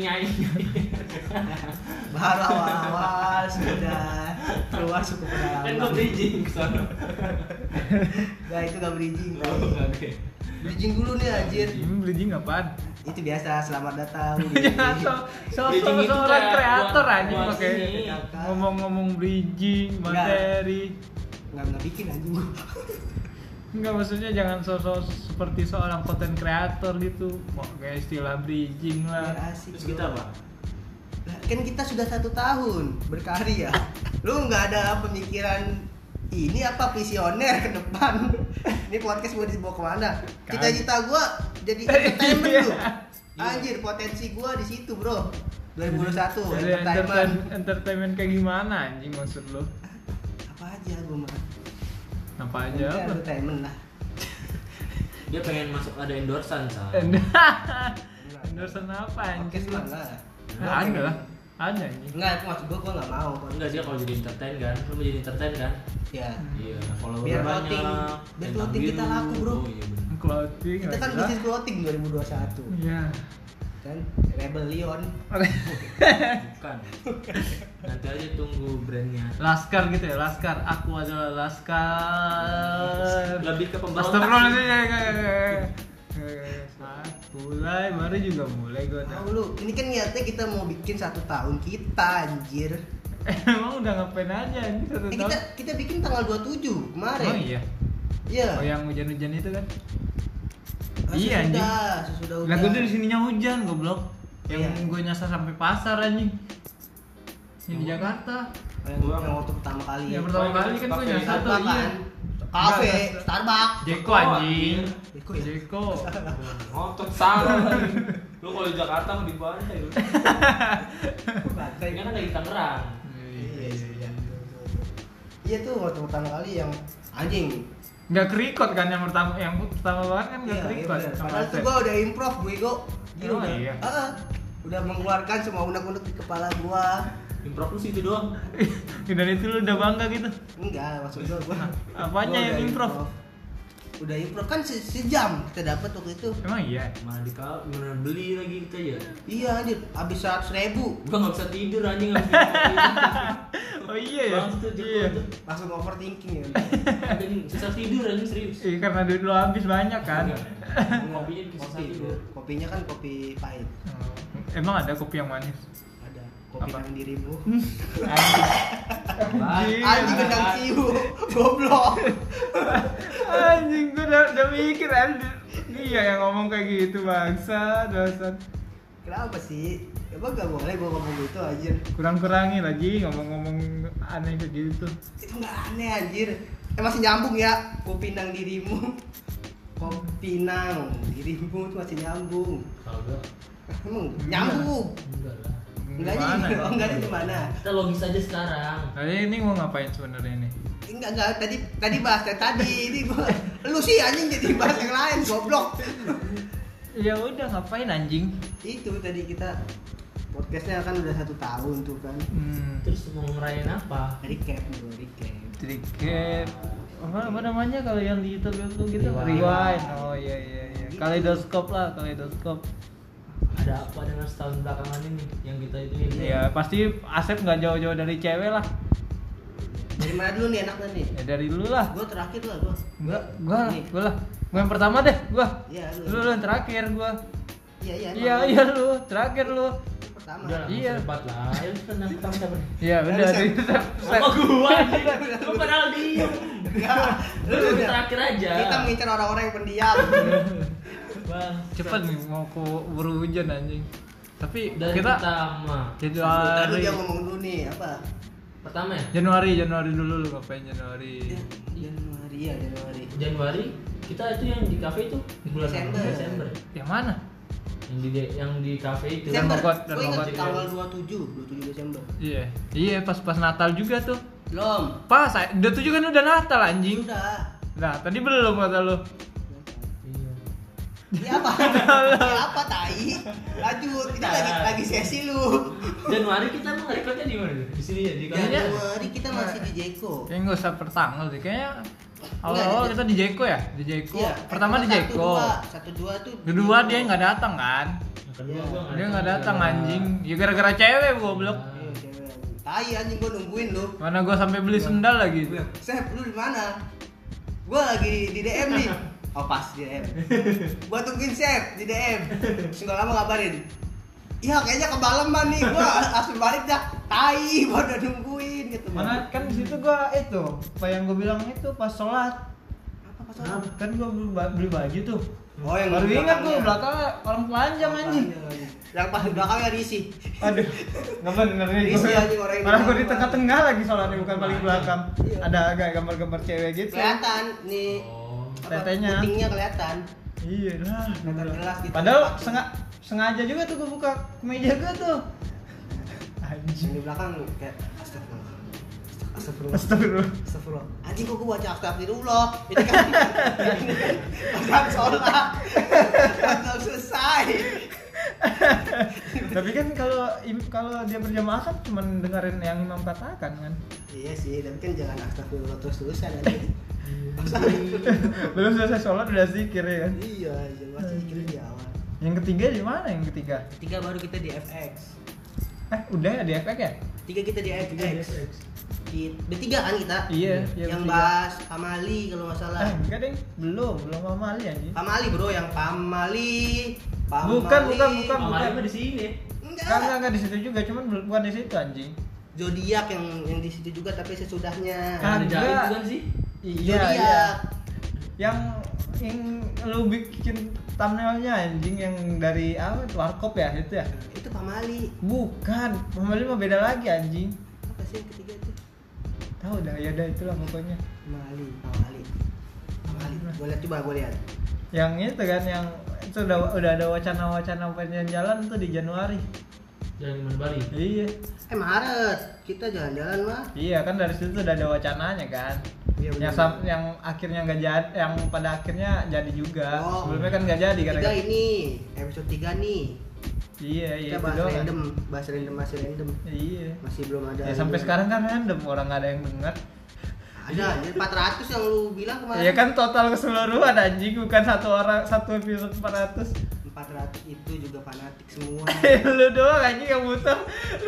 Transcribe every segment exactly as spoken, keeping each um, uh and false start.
nyai. Baru awal-awal sudah keluar suku pedalaman. Kan gua bridging ke sana. Nah itu gak bridging. Oh, oke. Bridging dulu nih anjir. Ini bridging apaan? Itu biasa selamat datang. Jangan so so so Bridging itu seorang kayak kreator buat- anjing buat pakai ini. ngomong-ngomong bridging materi. Nggak nggak bikin anjing gua. Enggak, maksudnya jangan sosok seperti seorang konten kreator gitu. Kok kayak istilah bridging Biar lah. asik. Terus bro. kita apa? Lah, kan kita sudah satu tahun berkarya. Lu nggak ada pemikiran ini apa visioner ke depan? Ini podcast mau dibawa kemana? Cita-cita gua jadi entertainment Iya. lu. Anjir, potensi gua di situ, Bro. dua ribu dua puluh satu Jadi entertainment. entertain, entertainment kayak gimana anjing maksud lu? Apa aja gua mah. Apa aja Mungkin apa? entertainment lah. Dia pengen masuk ada endorsan, Sal. Endorsan apa Podcast anjing? mah enggak. Nah, ada lah. Ada anjing. Enggak, itu maksud gua gua enggak mau. Enggak, dia kalau jadi entertain kan, lu mau jadi entertain kan? Ya. Iya, follower Biar banyak. clothing. Biar centang clothing kita biru. laku, bro. Oh iya benar. Clothing. Kita kan lagi lah. bisnis clothing dua ribu dua puluh satu. Iya. Kan Rebellion. Bukan. Nanti aja tunggu brandnya. Laskar gitu ya, Laskar. Aku adalah Laskar. Lebih ke pemberontak. Astagfirullahaladzim. Ya, ya, ya, ya. Mulai, baru juga mulai gue. Tahu lu, ini kan niatnya kita mau bikin satu tahun kita anjir. Emang udah ngapain aja ini satu Eh, tahun? kita kita bikin tanggal dua puluh tujuh kemarin. Oh iya. Iya. Oh yang hujan-hujan itu kan? Ah, iya, anjing. Sesudah, sesudah Lah gue udah. dari sininya hujan goblok. Yang Iya. gue nyasar sampai pasar anjing. Yang di Jakarta. yang, yang waktu pertama kali. Yang pertama kali kan gue Cafe nyasar tuh Starbucks iya. kan. Kafe, Enggak, Starbucks. Jeko anjing. Jeko ya? Jeko. Ngotot salah. Lu kalau di Jakarta mau di pantai lu. Batai Ini kan lagi Tangerang. Iya, iya, iya. Iya tuh waktu pertama kali yang anjing. Nggak kerikot kan yang pertama yang pertama banget kan nggak Iya, iya kerikot. bener. sama Padahal tuh Asep. gua udah improv gue go. Gila Oh, udah. iya. Heeh. Udah mengeluarkan semua unek-unek di kepala gua. Improv lu situ doang. Dan itu lu udah bangga gitu. Enggak, maksud gua gua. Apanya gua yang udah improv? Udah improv kan se- sejam kita dapat waktu itu. Emang iya. Mana di kau, mana beli lagi kita ya? Iya anjir, habis seratus ribu. Gua nggak bisa tidur anjing habis ngopi. Oh iya ya. Bang, tuh, Jeko Iya. tuh. Langsung overthinking ya. Anjing susah tidur anjing serius. Iya karena duit lu habis banyak kan. Ngopinya bikin susah Kopi, tidur. kopinya kan kopi pahit. Oh, emang ada kopi yang manis? Ada kopi Apa? nang dirimu. Anjing. Anjing gendang ciu, goblok. Anjing gue udah, udah mikir anjing. Iya yang ngomong kayak gitu bangsa, dosan. Kenapa sih? Emang gak boleh gua ngomong gitu anjir. Kurang-kurangi lagi ngomong-ngomong aneh kayak gitu. Itu gak aneh anjir. Eh masih nyambung ya, kopi nang dirimu. Kopi nang dirimu itu masih nyambung. Kagak. Emang nyambung. Enggak lah. Enggak Gimana nih, ya? oh, enggak nih gimana? Kita logis aja sekarang. Nah ini mau ngapain sebenarnya ini? Enggak enggak tadi tadi bahas yang tadi ini gua lu sih anjing jadi bahas yang lain goblok. Ya udah ngapain anjing? Itu tadi kita podcastnya kan udah satu tahun tuh kan. Hmm. Terus mau ngerayain apa? Recap bro, recap. Sedikit apa, apa namanya kalau yang di YouTube itu gitu? Rewind. Rewind. Oh iya iya iya. Kaleidoskop lah, kaleidoskop. Ada apa dengan setahun belakangan ini yang kita itu ini? Ya pasti Asep nggak jauh-jauh dari cewek lah. Dari mana dulu nih enaknya nih? Ya dari lu lah. Gua terakhir lah gua. Enggak, gua lah, Nih. gua lah. Gua yang pertama deh, gua. Iya lu. Lu, lu yang terakhir gua. Iya iya. Iya emang. iya lu, terakhir lu. Pertama. Udah lah, Iya. sebat lah. Ayo kita nanti kamu siapa nih? Iya udah Harus di yang- Sama gua anjing. Lu padahal diem. Enggak. Lu Lu lebih udah. terakhir aja. Kita mengincar orang-orang yang pendiam. Bang. cepet nih mau ke buru hujan anjing. Tapi Dari kita pertama. Tadi Januari. dia ngomong dulu nih apa? Pertama ya? Januari, Januari dulu lu ngapain Januari? Ya, Januari ya Januari. Januari kita itu yang di kafe itu di bulan Desember. apa? Desember. Yang mana? Yang di yang di kafe itu. Dan Desember. Mogot, dan Gua ingat Mogot. tanggal dua puluh tujuh, dua puluh tujuh Desember. Iya. Iya pas pas Natal juga tuh. Belum. Pas, udah tujuh kan udah Natal anjing. Sudah. Nah, tadi belum kata lu. Iya. Ini apa? Ini apa tai? Lanjut. Ini lagi lagi sesi lu. Januari kita mau ngerekodnya di mana? Di sini ya di kafe. Januari kita masih di Jeko. Kayaknya nggak usah per tanggal sih. Kayaknya awal-awal Enggak, kita di Jeko ya, di Jeko. Iya. Pertama di satu Jeko. dua, Satu dua tuh. di Kedua Jeko. dia nggak datang kan? Kedua Iya. gua Dia nggak datang gara-gara- anjing. Ya gara-gara cewek goblok. Iya, cewek. Tai anjing gua nungguin lu. Mana gua sampai beli sendal lagi. Gua bilang, Sep, lu di mana? Gua lagi di D M nih. Oh pas di D M. Gua tungguin Sep di D M. Terus nggak lama ngabarin. Iya kayaknya kebaleman nih, gua langsung balik dah. Tai, gua udah nungguin gitu. Mana kan di situ gua itu, apa yang gua bilang itu pas sholat. Apa pas Kan gua beli, ba- beli baju tuh. Oh yang Baru ingat gua belakangnya. belakangnya orang telanjang anjing. Yang pas di belakangnya risih. Aduh, nggak bener nih. Isi anjing orang ini. Malah gua di tengah-tengah lagi sholatnya bukan paling belakang. Iya. Ada agak gambar-gambar cewek gitu. Kelihatan nih. Oh. Apa, Tetenya. putingnya kelihatan. Iya lah. Kelihatan jelas gitu. Padahal sengaja sengaja juga tuh gua buka meja gua tuh. Yang Anjing. di belakang kayak astagfirullah. Astagfirullah. Astagfirullah. Astagfirullah. Anjing kok gua baca astagfirullah. Ini kan ini kan bukan sholat. Belum selesai. Tapi kan kalau im- kalau dia berjamaah kan cuma dengerin yang imam katakan kan. Iya sih, tapi kan jangan astagfirullah terus-terusan anjing. Belum selesai sholat udah zikir ya kan. Iya, jangan pasti kira di awal. Yang ketiga di mana yang ketiga? Tiga baru kita di F X. Eh udah ya di F X ya? Tiga kita di F X. Di bertiga kan kita? Iya, iya, Yang bertiga. bahas Pamali kalau nggak salah. Eh enggak deng, belum, belum Amali anjing. Pamali bro, yang Pamali. Pamali. Bukan, bukan, bukan. Mama mah di sini. Enggak, Enggak. enggak, enggak di situ juga, cuman belum- bukan di situ anjing. Zodiak yang yang di situ juga tapi sesudahnya. Kan. Ada Kagak. jahit bukan sih? Iya, Zodiak. iya. Yang yang lu bikin thumbnailnya anjing yang dari apa? Warkop ya itu ya? Itu Pamali. Bukan, Amali mah beda lagi anjing. Apa sih yang ketiga itu? Tahu dah, ya udah itulah pokoknya. Pamali, Pamali. Pamali. Gue lihat coba gue lihat. Yang itu kan yang itu udah udah ada wacana-wacana pengen jalan tuh di Januari. Jalan di Bali. Iya. Eh Maret kita jalan-jalan mah. Iya kan dari situ udah ada wacananya kan. Iya, yang bener. sam- yang akhirnya nggak jadi, yang pada akhirnya jadi juga. Oh. Sebelumnya kan nggak jadi Tiga gara-gara. ini episode tiga nih. Iya iya Kita itu bahas doang. random, bahas random masih random. Iya. Masih belum ada. Ya sampai sekarang kan random orang nggak ada yang dengar. Ada anjir empat ratus yang lu bilang kemarin. Iya kan total keseluruhan anjing bukan satu orang satu episode empat ratus. empat ratus itu juga fanatik semua. Lu doang anjing yang buta.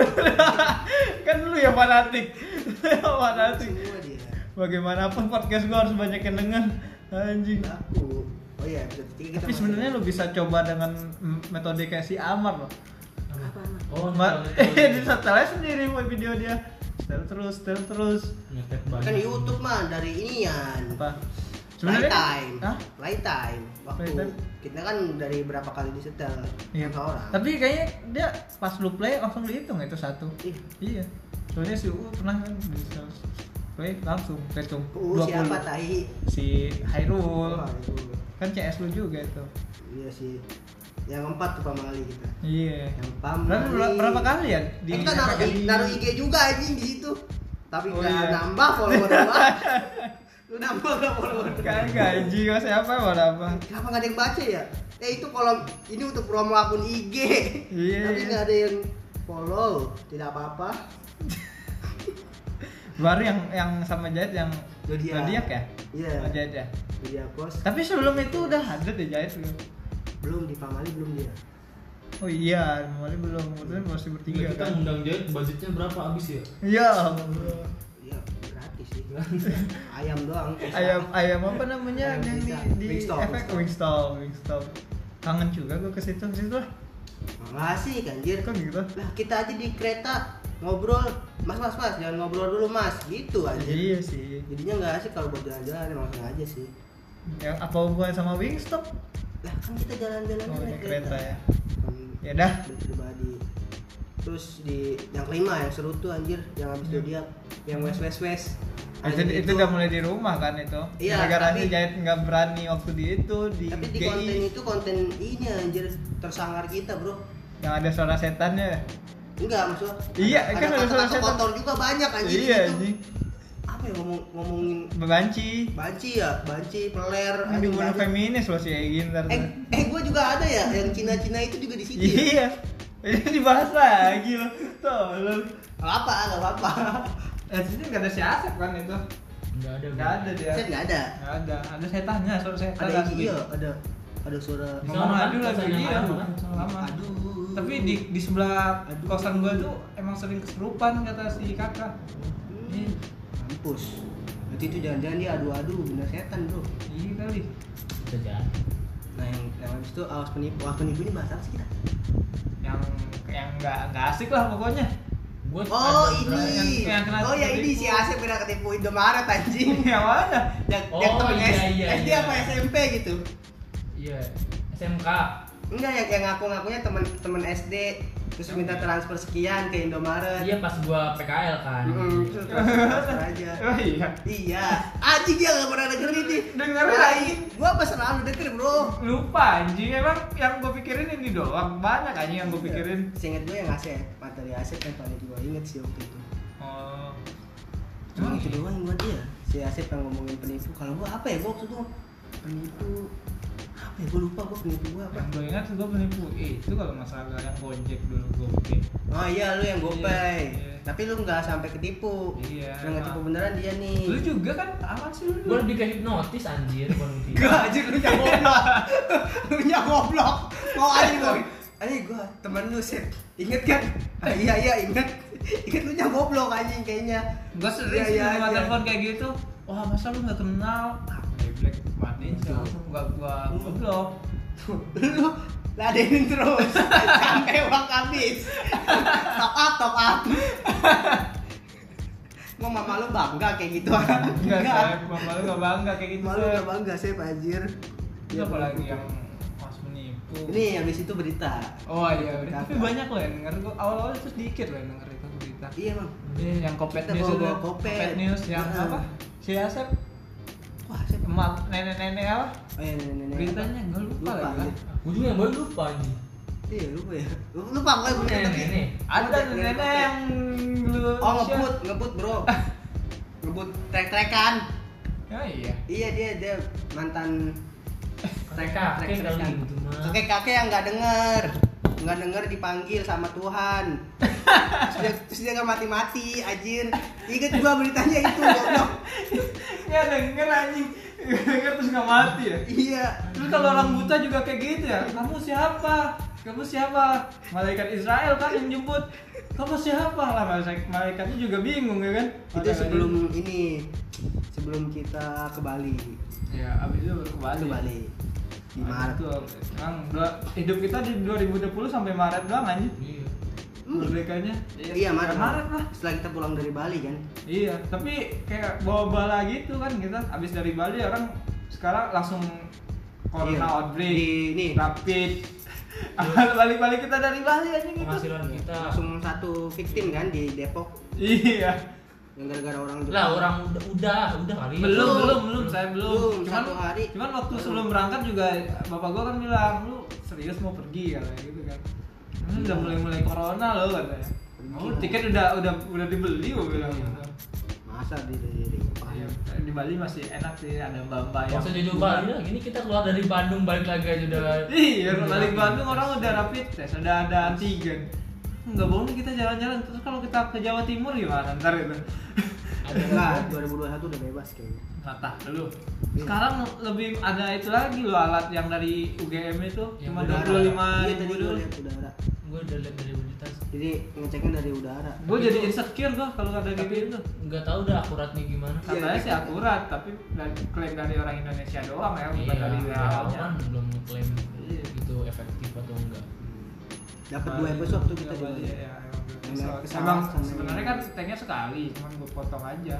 Kan lu yang fanatik. Fanatik. Semua dia. Bagaimanapun podcast gua harus banyak yang denger anjing. Aku. Oh iya, episode tiga kita. Tapi sebenarnya lu bisa coba dengan mm, metode kayak si Amar loh. apa? Oh, Ma- nyetel- di setelnya sendiri buat video dia. Setel terus, setel terus. nyetek Kan banyak. YouTube mah dari inian. Apa? Sebenarnya time. Hah? Lifetime. Waktu Lifetime? kita kan dari berapa kali disetel Iya. satu orang. Tapi kayaknya dia pas lu play langsung dihitung itu satu. Ih, Iya. Soalnya si U pernah kan bisa play langsung hitung uh, siapa tai? Si Hairul. Oh, itu. Kan C S lu juga itu. Iya sih. Yang keempat tuh Pamali kita. Iya. Yang Lalu Pamali. ber- berapa kali ya Di kita naruh, efek I- naruh I G juga anjing di situ. Tapi Oh, nggak iya. nambah follower gua. Lu nambah nggak follower? Kagak anjing mas siapa mau apa? Kenapa nggak ada yang baca ya? Eh itu kolom ini untuk promo akun I G. Iya, Tapi iya. nggak ada yang follow. Tidak apa-apa. Baru yang yang sama Jahit yang Zodiak. Zodiak ya? Iya. Oh, Jahit ya. Dia post. Tapi sebelum itu udah ada deh Jahit lu. Belum di Pamali belum dia. Oh iya, Mali belum, kemudian masih bertiga Tiga kita kan. undang jahit budgetnya berapa abis ya? Iya. Iya gratis sih. Ayam doang. Ayam ayam apa namanya Ayam yang di sisa. di Wingstop, efek Wingstop, Wingstop. Kangen juga gua ke situ, ke situ lah. Makasih kanjir. Kok gitu? Lah kita aja di kereta ngobrol, mas mas mas jangan ngobrol dulu mas, gitu aja. Iya sih. Jadinya nggak asik kalau buat jalan-jalan emang sengaja sih. Yang apa hubungan sama Wingstop? Lah kan kita jalan-jalan Oh, naik naik kereta ya. Kan Ya dah. pribadi. Terus di yang kelima yang seru tuh anjir, yang habis zodiak, yang wes wes wes. Itu, itu udah mulai di rumah kan itu. Iya, Gara-gara tapi- si Jahit nggak berani waktu di itu di Tapi di G I konten itu konten ini anjir tersangar kita bro. yang ada suara setannya. Enggak maksudnya. Iya, ada, kan ada ada kata-kata suara setan. kotor juga banyak anjir Iya gitu. anjing. Apa ya ngomong ngomongin Bebanci. banci ya, banci, peler, Ini anjing dibunuh banyak. feminis loh si Egin ntar. Eh, eh gua juga ada ya yang Cina-Cina itu juga di situ ya. Iya. Ini dibahas lagi loh. Tolong. Gak apa, gak apa-apa. Eh sini nggak ada si Asep kan itu? Enggak ada. Nggak ada dia. Set nggak ada. Nggak ada. Ada setannya, suara setan. Ada asli. iya, ada. ada suara Di Ngomong sana adu kan, lagi kosan yang iya. lama kan? Lama. aduh. Tapi di di sebelah Aduh. kosan gua tuh emang sering kesurupan kata si kakak. Hmm, Iya. mampus. Berarti itu jangan-jangan dia adu-adu bener setan, Bro. Iya kali. Bisa jadi. Nah, yang yang habis itu awas penipu. Awas penipu ini bahas apa sih kita? Yang yang nggak nggak asik lah pokoknya. Gua Oh, ada ini. berapa- yang- yang kena Oh, ya ini ketipu. si Asep kena ketipu Indomaret anjing. Yang mana? yang Oh, yang temen iya, S- iya, S D iya. apa S M P gitu. Iya, S M K. Enggak, yang yang ngaku-ngakunya temen temen S D terus minta transfer sekian ke Indomaret. Iya pas gua P K L kan. Mm, terus transfer, transfer aja. Oh iya. Iya, anjing dia gak pernah dengerin nih. Dengerin. Lain, gua pas selalu denger bro. Lupa anjing, emang yang gua pikirin ini doang. Banyak anjing yang gua pikirin. Seinget gue yang Asep, materi Asep yang paling gua inget sih waktu itu. Oh. Cuma itu doang yang buat dia. Si Asep yang ngomongin penipu. Kalau gua apa ya gua waktu itu penipu apa ya gua lupa gua penipu gua apa. Yang gue ingat gue penipu itu kalau masalah yang Gojek dulu Gojek. Oh iya lu yang GoPay. Iya. Tapi lu nggak sampai ketipu. Iya. Yang ngetipu beneran dia nih. Lu juga kan aman sih lu. Gua lebih ke hipnotis anjir, bukan gitu. Gak anjir lu nya goblok. Lu nya goblok. Mau anjing gua. Anjing gua temen lu Sep. Ingat kan? Ah, iya iya ingat. Ingat lu nya goblok anjing kayaknya. Gue sering Iya, sih iya nerima aja. telepon kayak gitu. Wah masa lu nggak kenal? Ah, black matiin sih langsung gak gua goblok. Lu ladenin terus sampai uang habis. Top up top up. Mau mama lu bangga kayak gitu? Enggak, saya mama lu gak bangga kayak gitu. Malu Sep. gak bangga Sep anjir. Itu apalagi yang pas menipu. Ini habis itu berita. Oh iya, udah. Tapi Kakak. banyak loh yang denger. Gua awal-awal itu sedikit loh yang denger itu berita. Iya bang. Yang Kopet Kita News itu. bawa-bawa Kopet. News yang Nah. apa? Si Asep Wah Sep. emak nenek-nenek apa? Oh iya nenek-nenek. Beritanya gue lupa, lagi lah. anjir. Gua juga yang baru lupa anjing. Iya lupa ya. Lupa gue gue Nenek-nenek. Ada nenek yang lu Oh ngebut ngebut bro. Ngebut trek-trekan. Ya iya. Iya dia dia mantan Kakek kakek kali gitu mah. kakek kakek yang nggak denger nggak denger dipanggil sama Tuhan. Terus dia, terus dia nggak mati-mati anjir. Ingat gua beritanya itu goblok. Ya denger anjing. Denger terus gak mati ya. Iya. Terus kalau orang buta juga kayak gitu ya. Kamu siapa? Kamu siapa? Malaikat Israel kan yang jemput. Kamu siapa lah malaikat malaikatnya juga bingung ya kan? Itu sebelum ini sebelum kita ke Bali. ya abis itu baru ke Bali. Ke Bali di Maret. Itu emang dua- hidup kita di dua ribu dua puluh sampai Maret doang anjing. Iya. Merdekanya. Iya Maret. Maret lah. Setelah kita pulang dari Bali kan. Iya, tapi kayak bawa bala gitu kan kita abis dari Bali orang sekarang langsung corona Iya. outbreak, Di- nih. rapid. Balik-balik kita dari Bali aja gitu. Penghasilan kita. Langsung satu victim kan di Depok Iya. yang gara-gara orang Jepang. Lah orang udah udah udah kali. ya. Belum, Belum. belum, belum, saya belum. Belum, Cuman satu hari. Cuman waktu Belum. sebelum berangkat juga bapak gua kan bilang, "Lu serius mau pergi?" katanya gitu kan. Ini udah mulai-mulai corona loh katanya. Oh, tiket udah udah udah dibeli gua bilang gitu. Masa di di, di Jepang. Iya, di Bali masih enak sih ada mbak-mbak yang. Masa jauh Bali lah, gini kita keluar dari Bandung balik lagi aja udah. Iya, balik Bandung orang udah rapid test, udah ada antigen. Nggak boleh kita jalan-jalan. Terus kalau kita ke Jawa Timur gimana ntar itu? Ada enggak dua ribu dua puluh satu udah bebas kayaknya. Mata dulu. Sekarang lebih ada itu lagi loh alat yang dari U G M itu Yang cuma udara. dua puluh lima Iya ribu tadi dulu. gue lihat udara. Gue udah lihat dari berita. Jadi ngeceknya dari udara. Gue jadi insecure gua kalau ada Tapi gitu. nggak tahu udah akuratnya gimana. Iya, Katanya iya. sih akurat, tapi dari klaim dari orang Indonesia doang ya, bukan Iya, dari W H O-nya. kan belum ngeklaim Iya. itu efektif atau enggak. Dapat dua episode tuh kita di Bali. Bali. Ya, emang dua Yang episode. pesawat Emang sama sebenarnya yang- kan take-nya sekali, cuman gue potong aja.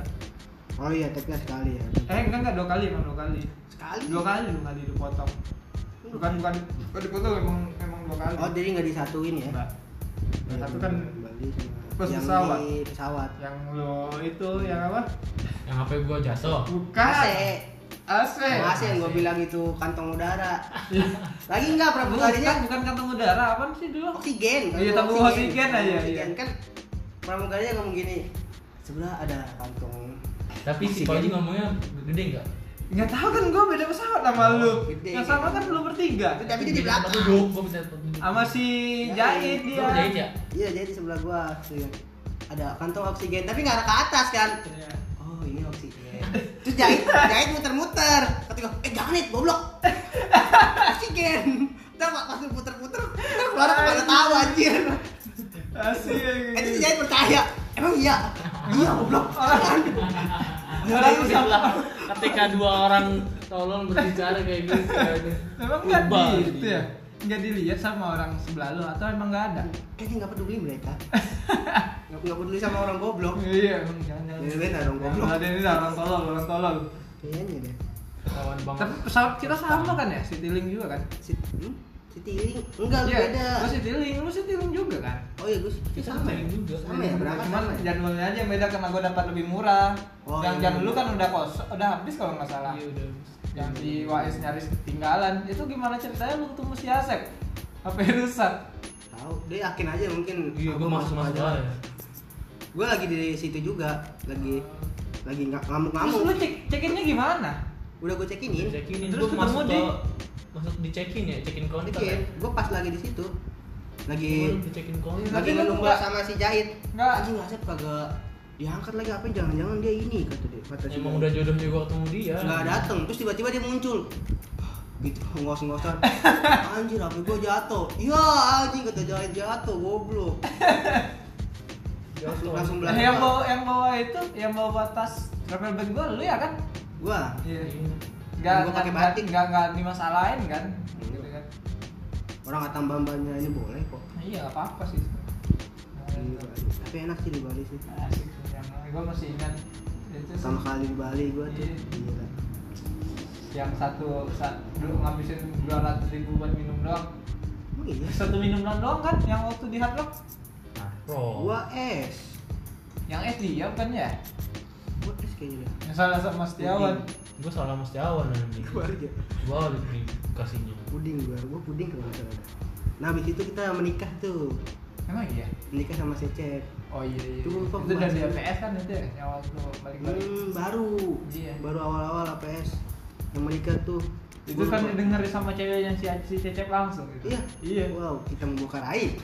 Oh iya, tagnya sekali ya. Eh enggak enggak dua kali emang dua kali. Sekali. Dua kali dua kali dipotong. Bukan bukan bukan dipotong emang emang dua kali. Oh, jadi nggak disatuin ya? Enggak. Yang satu kan Bali sama plus yang pesawat. di pesawat. yang lo itu yang apa? Yang H P gue jatuh. Bukan. A C. A C. A C yang gue A C. bilang itu kantong udara. Lagi enggak Bukan, pramugarinya bukan kantong udara, apa sih dulu? oksigen. Oh iya, tabung oksigen aja, Oksigen iya. kan pramugarinya ngomong gini. Sebelah ada kantong. Tapi si Oksigen. Koji ngomongnya gede enggak? Nggak tahu kan gue beda pesawat sama lu. Gede, Yang sama gitu. kan lu bertiga. Tapi dia di belakang. Duduk, gue bisa duduk. Sama si Jahit. Jahit dia. Lu jahit ya? Iya, jadi di sebelah gua oksigen. Ada kantong oksigen, tapi nggak ada ke atas kan. Iya. Oh, ini oksigen. Terus jahit, jahit muter-muter. Kata gua, eh jangan nih, goblok. Oksigen Ken. Ntar pas lu puter-puter, ntar keluar pada tahu anjir. Asik. Eh itu jangan percaya. Emang iya? Iya goblok. Orang Itulah ketika dua orang tolol berbicara kayak gitu. Memang nggak Ubah di itu dia. ya? Nggak dilihat sama orang sebelah lu atau emang nggak ada? Kayaknya nggak peduli mereka. Nggak nggak peduli sama orang goblok. Iya, emang jangan. Beda dong goblok. Ada ini dah, orang tolol, orang tolol. Kayaknya deh. Kawan banget. Tapi pesawat kita sama kan ya? Citylink juga kan? Si, hmm? Citylink enggak Iya, beda. Gua Citylink, lu Citylink juga kan? Oh iya gue sih sama ya juga. Sama ya berangkat Cuman sama. ya? jadwalnya aja yang beda karena gua dapat lebih murah. Oh, yang iya. jam dulu kan udah kosong, udah habis kalau nggak salah. Iya udah. Yang di W A S nyaris ketinggalan. Itu gimana ceritanya lu ketemu si Asep? H P rusak. Tahu, dia yakin aja mungkin. Iya, aku gue masuk-masuk aja. Gue lagi di situ juga, lagi lagi nggak Terus ngamuk-ngamuk. lu cek cekinnya gimana? Udah gue cekinin. Check-in Terus terus ketemu masuk di- ke masuk di check-in ya, check-in counter. Cekin. Gue pas lagi di situ. Lagi Gimana di check-in counter? Tapi lagi lu nunggu nggak- sama si Jahit. nggak. Anjing Asep kagak diangkat lagi apa jangan-jangan dia ini kata dia. Kata si Emang Jahit. udah jodoh juga ketemu dia. nggak dateng, terus tiba-tiba dia muncul gitu ngos-ngosan. Anjir H P gue jatuh. Iya anjing kata Jahit jatuh goblok. langsung langsung Eh, belakang. yang bawa yang bawa itu, yang bawa tas travel bag gua lu ya kan? Gua Iya. Iya. Enggak Gua pakai batik. enggak enggak dimasalahin kan? Gitu kan. orang kata mbak-mbaknya ini boleh kok. Nah, iya enggak apa-apa sih. Di Bali. Tapi enak sih di Bali sih. Asik sih yang gua masih ingat itu sih. Pertama kali di Bali gua tuh. Iya. Gila. Yang satu saat dulu ngabisin dua ratus ribu buat minum doang. Emang iya. Satu minuman doang kan yang waktu di Hard Rock? Pro. Gua es. Yang es dia bukan ya? Gua es kayaknya dah. Yang salah sama Setiawan. Gue salah sama Setiawan nanti. Gua aja. Balik dikasihnya. Puding gua, gua puding kalau nggak salah. Nah, habis itu kita menikah tuh. Emang iya? Menikah sama Cecep. Oh iya iya. Itu lupa Itu gua dari bahas. A P S kan itu ya? Yang waktu balik-balik. Hmm, baru. Iya. Baru awal-awal A P S. Yang menikah tuh. Itu Gua kan lupa. didengar sama ceweknya si si Cecep langsung gitu. Iya. Iya. Wow, kita membuka raib.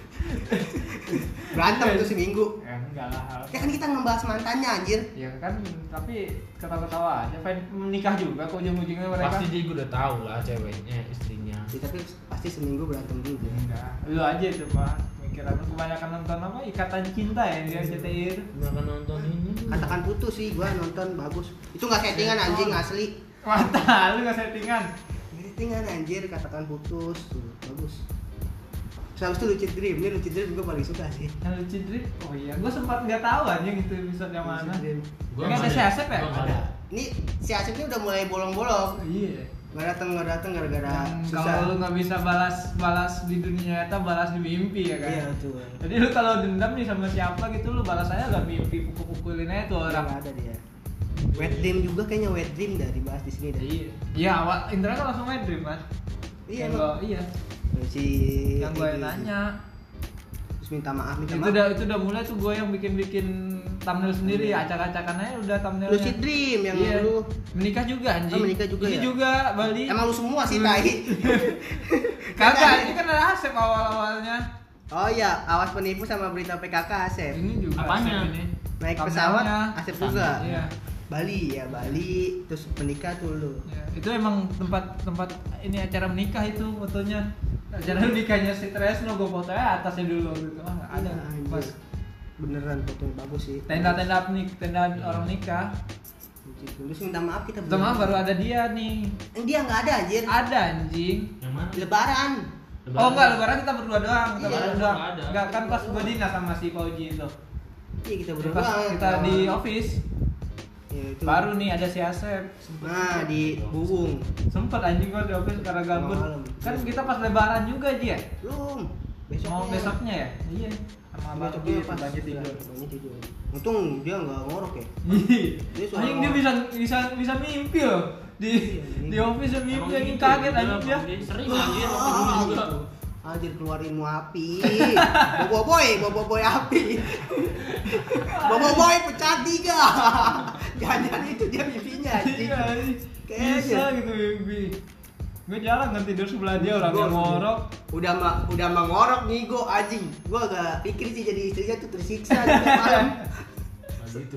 Berantem tuh seminggu. Ya enggak lah. Ya kan kita ngebahas mantannya anjir. Ya kan tapi ketawa-ketawa aja pengen menikah juga kok ujung-ujungnya mereka. Pasti dia gue udah tahu lah ceweknya, istrinya. Ya, tapi pasti seminggu berantem juga. Enggak. Lu aja itu, Pak. Mikiran lu kebanyakan nonton apa? Ikatan Cinta ya dia R C T I itu. Nggak akan nonton ini. Katakan putus sih, gua nonton bagus. Itu nggak settingan anjing asli. Mantap, lu enggak settingan. Nggak settingan anjir, katakan putus tuh bagus. Terus habis itu Lucid Dream, ini Lucid Dream gua paling suka sih. Yang lucu Drip. Oh iya, gua sempat enggak tahu anjing itu episode yang mana. Lucid Dream. Gua Enggak ada nggak si Asep ya? Gua nggak ada. Ini si Asep ini udah mulai bolong-bolong. Iya. Nggak datang nggak datang gara-gara Yang susah. kalau lu nggak bisa balas balas di dunia nyata, balas di mimpi ya kan. Iya tuh. Jadi lu kalau dendam nih sama siapa gitu lu balas aja gak mimpi pukul-pukulin aja tuh orang. Nggak ada dia. Wet Dream juga kayaknya Wet Dream dah dibahas di sini dah. Iya. Iya, awal Indra kan langsung main dream kan. Iya, Yang emang. gua- iya. Si Yang gue ini. nanya. Terus minta maaf minta Itu maaf. udah itu udah mulai tuh gue yang bikin-bikin thumbnail sendiri, Iya. acak-acakan aja udah thumbnailnya. Lucid Dream yang Iya. lu Menikah juga anjing. Oh, menikah juga Ini ya? juga Bali. emang lu semua sih Hmm. tai. Kagak, ini kan ada Asep awal-awalnya. Oh iya, awas penipu sama berita P K K Asep. Ini juga Apanya? Asep ini. Naik Thumbnailnya. pesawat Asep juga. Iya. Bali ya, Bali terus menikah tuh lu. Ya, itu emang tempat tempat ini acara menikah itu fotonya. Acara nikahnya si Tresno gue fotonya atasnya dulu gitu. Ah, nggak ada. Iya, anjir. Pas Beneran fotonya bagus sih. tenda-tenda nik tenda orang nikah. Terus minta maaf kita Sama baru ada dia nih. Yang dia nggak ada anjir. Ada anjing. Yang mana? Lebaran. Oh enggak, lebaran kita berdua doang. Kita Iya, berdua doang. nggak ada. Enggak kan pas gue dinas sama si Fauji itu. Iya kita berdua. Pas doang. kita di office. Ya, itu. Baru nih ada si Asep. Nah, di Bubung. Sempet anjing gua di office karena gabut. Malam. Kan kita pas lebaran juga dia. Belum. Besoknya. Mau besoknya ya? Iya. Sama abang Besoknya gitu pas banyak tidur. Banyak tidur. Untung dia nggak ngorok ya. Dia suara Anjing dia bisa bisa bisa mimpi loh. Di Iya, di office dia mimpi Emang anjing gitu, kaget dia anjing dia. Dia sering anjir waktu Ah, dulu juga. gitu. Anjir keluarin mu api. Bobo boy, bobo boy api. Bobo boy pecah tiga. Jangan itu dia mimpinya anjing. Iya, anjing. Kayaknya. Bisa gitu mimpi. Gue jarang kan tidur sebelah dia orang Gua- yang ngorok. Udah ma udah mengorok ngigo anjing. Gua agak pikir sih jadi istrinya tuh tersiksa di tiap malam. Nah, gitu.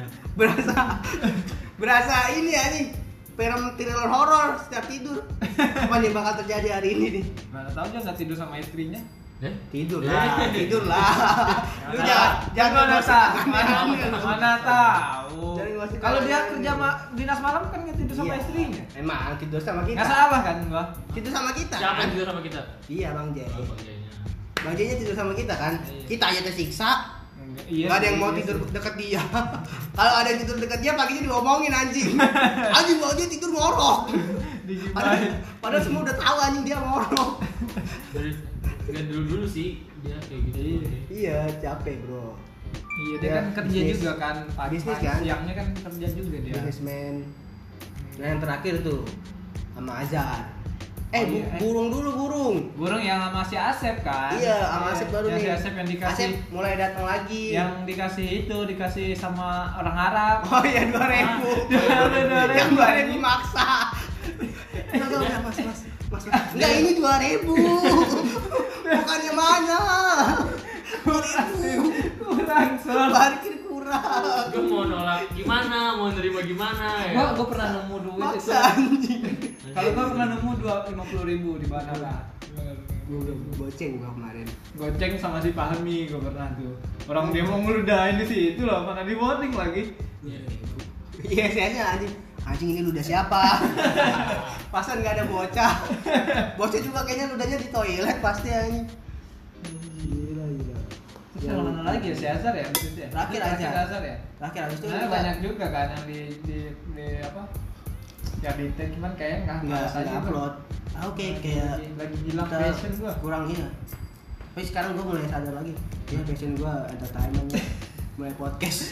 Berasa berasa ini anjing. Film thriller horor setiap tidur. Apa nih bakal terjadi hari ini nih? Mana tahu dia nggak tidur sama istrinya. Eh? Tidur lah, tidur lah. Lu Mana- jangan jangan mana gosip tahu, aneh-aneh mana, lu. mana tahu. Jangan gosip Kalau dia aneh-aneh. kerja ma- dinas malam kan nggak tidur sama Iya. istrinya. Emang tidur sama kita. Nggak salah kan gua? Tidur sama kita. Siapa kan? yang tidur sama kita? Iya Bang Jay. Oh, bangkainya. Bang Jay tidur sama kita kan. Iya. Kita aja tersiksa. Enggak, Gak ada yang mau iya tidur sih. deket dia. Kalau ada yang tidur deket dia paginya diomongin anjing. Anjing Bang Jay tidur ngorok. Digibahin. Padahal, padahal semua udah tahu anjing dia ngorok. Dari nggak dulu dulu sih dia kayak gitu. Iya. Iya, capek, Bro. Iya dia Ya, kan kerja bisnis. juga kan pagi Bisnis pagi, kan? siangnya kan kerja juga dia. Businessman. Nah, yang terakhir tuh sama Azhar. Eh, Oh, bu- iya, eh. burung dulu, burung. Burung yang sama si Asep kan? Iya, sama Asep baru yang nih. Si Asep yang dikasih Asep mulai datang lagi. yang dikasih itu dikasih sama orang Arab. Oh iya dua ribu. Ah, dua ribu. Yang dua ribu maksa. Enggak enggak enggak, mas mas mas. mas. Enggak ini dua ribu. Bukannya mana? Dua ribu. Kurang soal. Parkir kurang. Gue mau nolak gimana, mau nerima gimana ya? Gua gua pernah nemu duit itu. Maksa anjing. Kalau gua pernah nemu dua lima puluh ribu di bandara. Gue udah boceng gua kemarin. Goceng sama si Fahmi gua pernah tuh. Orang dia mau ngeludahin di situ loh, mana di warning lagi. Iya, saya anjing. Anjing ini ludah siapa? Pasan nggak ada bocah. Bocah juga kayaknya ludahnya di toilet pasti anjing. Gila gila. Terus yang mana lagi ya si Azhar ya? Abis itu ya? Terakhir Terakhir Azhar. Azhar ya? Terakhir habis itu Nah, juga- banyak juga kan yang di di, di apa? Ya di tag cuman kayaknya nggak nggak malas aja nggak gua. upload. Ah, Oke kayak lagi, lagi hilang kita passion gua. kurang iya. Tapi sekarang gua mulai sadar lagi. Ya passion gua entertainment. Mulai podcast.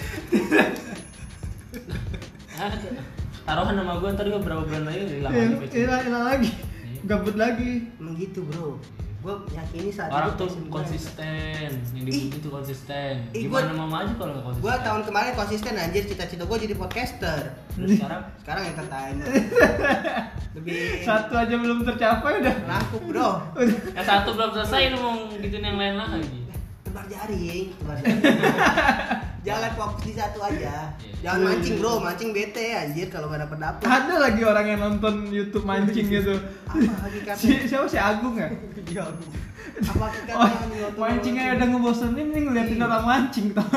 Taruhan nama gue ntar gue berapa bulan lagi udah hilang Iya, lagi passion. hilang hilang lagi. Iya. Gabut lagi. Emang gitu bro. Gua yakini saat Orang ini tuh passion gua- konsisten, yang dibutuhin tuh konsisten. Ih, Gimana gua- mau maju kalau nggak konsisten? Gua tahun kemarin konsisten anjir, cita-cita gua jadi podcaster. Terus sekarang Sekarang entertainment. Lebih Satu aja belum tercapai udah. nangkup bro. yang satu belum selesai lu mau gituin yang lain lagi. Tebar jaring, tebar jaring. Jangan fokus di satu aja. Jangan Iya. mancing bro, mancing bete anjir kalau nggak dapet dapet. Ada lagi orang yang nonton YouTube mancing gitu. Apa hakikatnya? Si siapa si Agung ya? Iya. Apa hakikatnya Oh, nih waktu mancing mancing? aja udah ngebosenin nih ngeliatin orang mancing tau.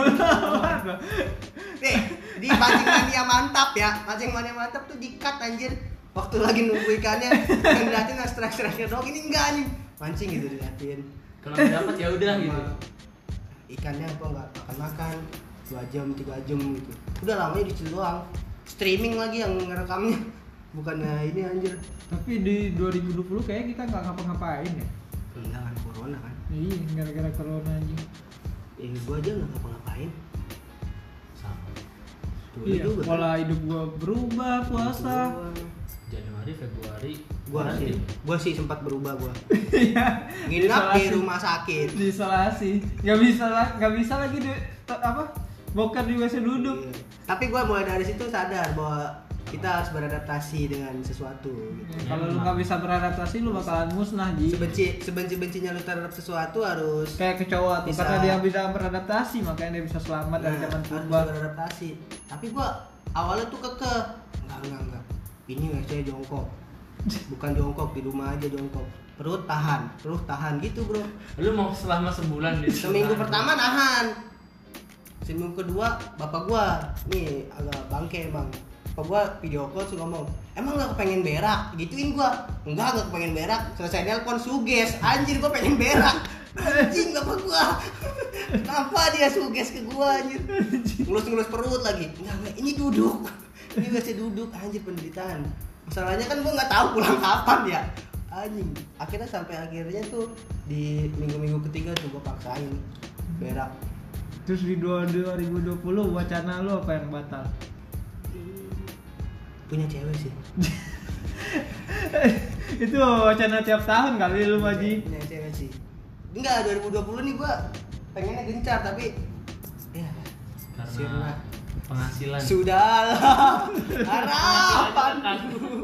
Nih, di mancing mania mantap ya. Mancing mania mantap tuh di-cut anjir. Waktu lagi nunggu ikannya, yang diliatin strike-strike doang. Ini enggak anjing. Mancing gitu diliatin. Kalau nggak dapat ya udah gitu. Ikannya apa nggak makan-makan dua jam tiga jam gitu. Udah lamanya di situ doang. Streaming lagi yang ngerekamnya. Bukannya ini anjir. Tapi di dua ribu dua puluh kayaknya kita nggak ngapa-ngapain ya. Enggak kan corona kan. Iya, gara-gara corona aja. Eh gua aja nggak ngapa-ngapain. Sama. Tuh Iya, juga. pola hidup gua berubah, puasa. Januari, Februari, Gua Maret sih, ya? gua sih sempat berubah gua. Iya. Nginap di Isolasi. rumah sakit. Diisolasi. Nggak bisa lah, nggak bisa lagi di to- apa? Boker di W C duduk. Iya. Tapi gua mulai dari situ sadar bahwa kita harus beradaptasi dengan sesuatu gitu. Ya, kalau lu nggak bisa beradaptasi lu bakalan musnah Ji. Sebenci sebenci-bencinya lu terhadap sesuatu harus Kayak kecoa tuh, Bisa. karena dia bisa beradaptasi makanya dia bisa selamat dari Nah, zaman harus purba. beradaptasi. Tapi gua awalnya tuh kekeh. Enggak, enggak, enggak. Ini W C jongkok. Bukan jongkok, di rumah aja jongkok. Perut tahan, perut tahan gitu, Bro. Lu mau selama sebulan di Seminggu pertama nahan. Seminggu kedua bapak gua nih agak bangke, Bang. Bapak gua video call suka ngomong, "Emang enggak kepengen berak?" Gituin gua. "Enggak, enggak kepengen berak." Selesai nelpon suges. Anjir gua pengen berak. Anjing bapak gua. Kenapa dia suges ke gua anjir? Ngelus-ngelus perut lagi. Enggak, enggak, ini duduk. Ini biasa duduk anjir penderitaan. Masalahnya kan gua nggak tahu pulang kapan ya. Anjing. Akhirnya sampai akhirnya tuh di minggu-minggu ketiga tuh gua paksain berak. Terus di dua ribu dua puluh wacana lu apa yang batal? Punya cewek sih. Itu wacana tiap tahun kali lu Maji. Punya cewek sih. Enggak, dua ribu dua puluh nih gua pengennya gencar tapi ya karena sirna. penghasilan. Sudahlah. Harapan. Kan.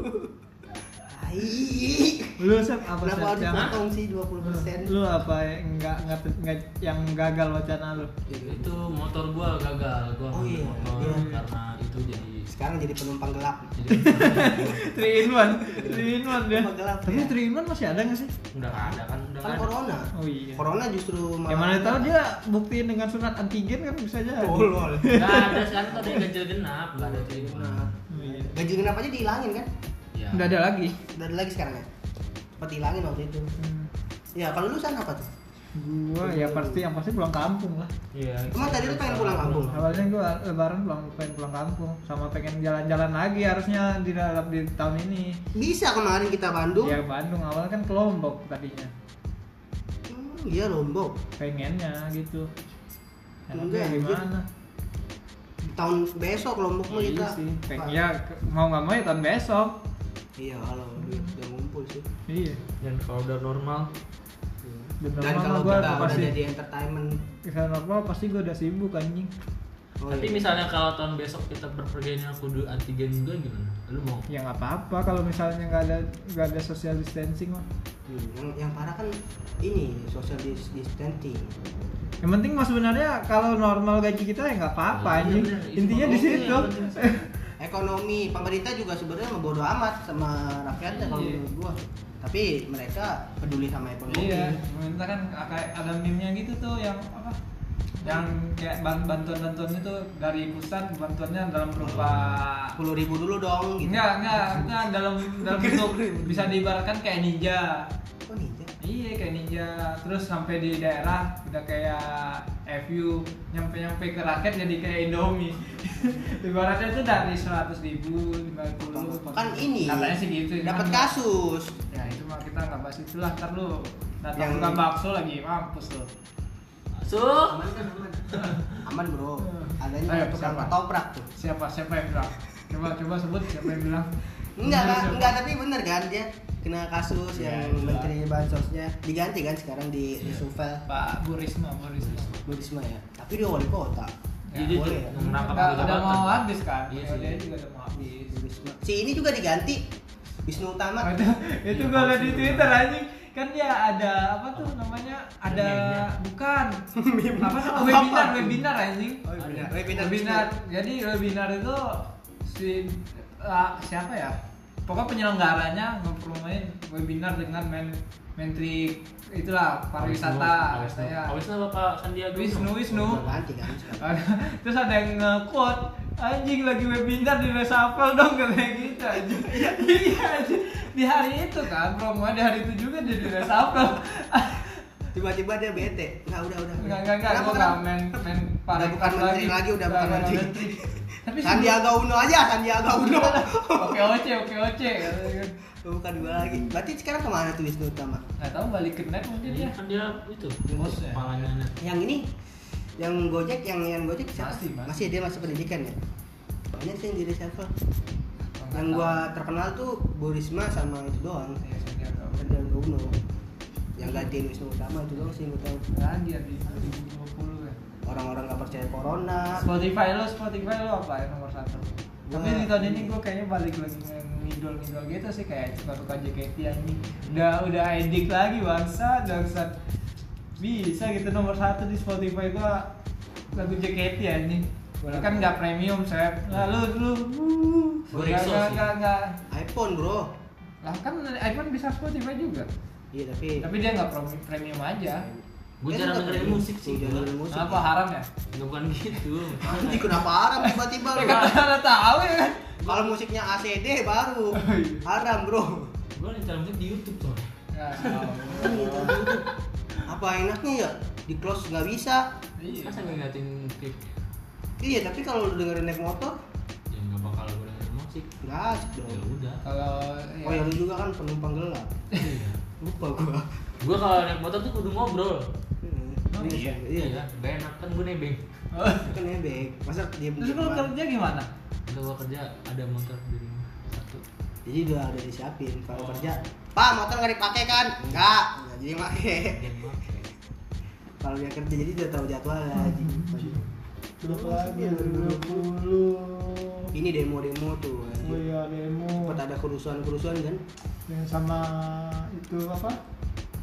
Ai. Lu Sep apa Kenapa Sep? harus yang potong sih dua puluh persen? lu apa yang enggak enggak enggak yang gagal wacana lu? Itu motor gua gagal, gua Oh ngambil iya, motor iya. karena itu jadi Sekarang jadi penumpang gelap. three in one, three in one dia. Penumpang gelap. Tapi ya. three in one masih ada nggak sih? Udah nggak ada kan, udah Kan nggak ada. corona. Oh iya. Corona justru malah. Yang mana tahu dia buktiin dengan sunat antigen kan bisa aja. Tolol. Nggak ada sekarang tuh ada yang ganjil genap, nggak ada three in one. Nah, Oh, iya. ganjil genap aja dihilangin kan? Ya. Nggak ada lagi. Udah ada lagi sekarang ya? Sempat hilangin waktu itu. Hmm. Ya kalau lu sana apa tuh? Gua ya pasti yang pasti pulang kampung lah. Iya. Emang tadi lu pengen pulang kampung? Awalnya gua lebaran pulang pengen pulang kampung sama pengen jalan-jalan lagi harusnya di dalam di tahun ini. Bisa kemarin kita Bandung. Ya Bandung awalnya kan ke Lombok tadinya. Hmm, iya Lombok. Pengennya gitu. Enggak, Enaknya gimana? Tahun besok Lombok mah kita. Iya sih. Pengen ya ke- mau nggak mau ya tahun besok. Iya kalau duit udah ngumpul sih. Iya. Dan kalau udah normal, Dan Dan normal kalau gua kita udah pasti jadi entertainment. kisah normal pasti gua udah sibuk anjing. Oh, tapi iya. misalnya kalau tahun besok kita berpergiannya kudu antigen juga gimana? Lu mau? Ya nggak apa-apa kalau misalnya nggak ada nggak ada social distancing mah. Hmm, yang yang parah kan ini social dis- distancing. Yang penting mas sebenarnya kalau normal gaji kita ya nggak apa-apa Iya, anjing. bener. Intinya di Iya, situ. bener. Ekonomi pemerintah juga sebenarnya bodo amat sama rakyatnya kalau Iya. menurut gua. Tapi mereka peduli sama ekonomi. Iya, pemerintah kan kayak ada meme-nya gitu tuh yang apa? Yang kayak ban- bantuan-bantuan itu dari pusat bantuannya dalam berupa sepuluh ribu dulu dong gitu. enggak, enggak, enggak dalam dalam bentuk bisa diibaratkan kayak ninja. Oh ninja. Iya kayak ninja, terus sampai di daerah udah kayak F U nyampe-nyampe ke rakyat jadi kayak Indomie. Ibaratnya itu dari seratus ribu, lima puluh Kan ini katanya sih gitu. dapat cuman- kasus. Ya itu mah kita nggak bahas itulah, ntar lu datang Yang- tukang bakso lagi mampus lu. Masuk. Aman kan aman. Aman bro. Adanya Ayo, tukang siapa? ketoprak tuh. Siapa siapa yang bilang? Coba coba sebut siapa yang bilang? Enggak kan, Siapa? enggak tapi bener kan dia kena kasus Ya, yang itu lah. menteri bansosnya diganti kan sekarang di Iya. Suvel Pak Bu Risma, Bu Risma. Bu Risma ya. Tapi dia wali kota. Ya, Jadi boleh dia ya? menangkap Udah, udah jabatan. mau habis kan? Iya Iya sih. dia juga udah mau habis. Bu Risma. Si ini juga diganti. Wisnu Utama. Oh, itu itu Iya, gue liat di pasti. Twitter anjing. Kan dia ada apa tuh namanya? Ada bukan. Apa tuh webinar, webinar anjing. Oh, webinar. Webinar Webinar. Jadi webinar itu si ah, siapa ya? Pokoknya penyelenggaranya ngepromoin webinar dengan men menteri itulah pariwisata Wisnu. saya. Wisnu Bapak Sandiaga Wisnu Uno. Wisnu. Udah ganti kan sekarang. Ada- Terus ada yang nge-quote anjing lagi webinar di reshuffle dong katanya gitu anjing. Iya anjing. Di hari itu kan promo di hari itu juga dia di reshuffle. Tiba-tiba dia bete. Enggak udah udah. Enggak enggak enggak Kenapa, gua kenapa? enggak main main Udah bukan menteri lagi, udah bukan menteri. Tapi Sandiaga Uno aja, Sandiaga Uno. Oke oce oke oce katanya kan. Bukan dua lagi. Berarti sekarang kemana tuh Wisnu Utama? Nggak tahu balik ke net mungkin Iya ya. kan dia itu Bosnya. kepalanya net. Yang ini yang Gojek yang yang Gojek siapa? Masih, masih. masih dia masih pendidikan ya. Banyak sih yang di reshuffle. Yang Nggak gua tahu. terkenal tuh Bu Risma sama itu doang. Iya, Sandiaga. Sandiaga Uno. Yang gantiin Wisnu Utama itu doang sih yang gua tahu. Kan dia di dua ribu dua puluh ya. Orang-orang gak percaya corona. Spotify lo, Spotify lo apa ya nomor satu? Gua- Tapi di tahun ini gue kayaknya balik lagi ngidol-ngidol gitu sih kayak suka-suka J K T anjing. Udah udah edik lagi bangsa, bangsat. Bisa gitu nomor satu di Spotify gua lagu J K T anjing. Gua kan nggak premium, saya. Nah, lu lu. Gua Nggak Rexo nggak sih. nggak nggak. iPhone bro. Lah kan iPhone bisa Spotify juga. Iya tapi. Tapi dia nggak pro- premium aja. Gue Eh, jarang tetap dengerin premium. musik sih. Jarang Gua. dengerin musik. Kenapa haram ya? Nggak bukan gitu. Nanti kenapa haram tiba-tiba Ya lu? kan udah tahu ya kan. Kalau musiknya A C D baru Oh, iya. haram bro. Gue nyetel musik di YouTube tuh. Ya, Apa enaknya ya? Di close nggak bisa. iya. Masa ngeliatin klip? Iya tapi kalau lu dengerin naik motor Ya nggak bakal gue dengerin musik. nggak asik Ya dong. udah. Kalau Oh ya lu juga kan penumpang gelap. Iya. Lupa gua. Gue kalau naik motor tuh kudu ngobrol. Oh, iya. Iya. Iya. Gak enak kan gue nebeng. Oh. Kan nebeng. Masa diem Terus kalau kerja gimana? Udah gue kerja ada motor di rumah satu. Jadi udah udah disiapin kalau Oh. kerja. Pak motor nggak dipakai kan? Enggak. Nggak jadi pakai. Dan pakai. Kalau dia kerja jadi udah tahu jadwalnya. Berapa lagi ya? dua ribu dua puluh. Ini demo-demo tuh. Oh iya demo. Sempat ada kerusuhan-kerusuhan kan? Yang sama itu apa?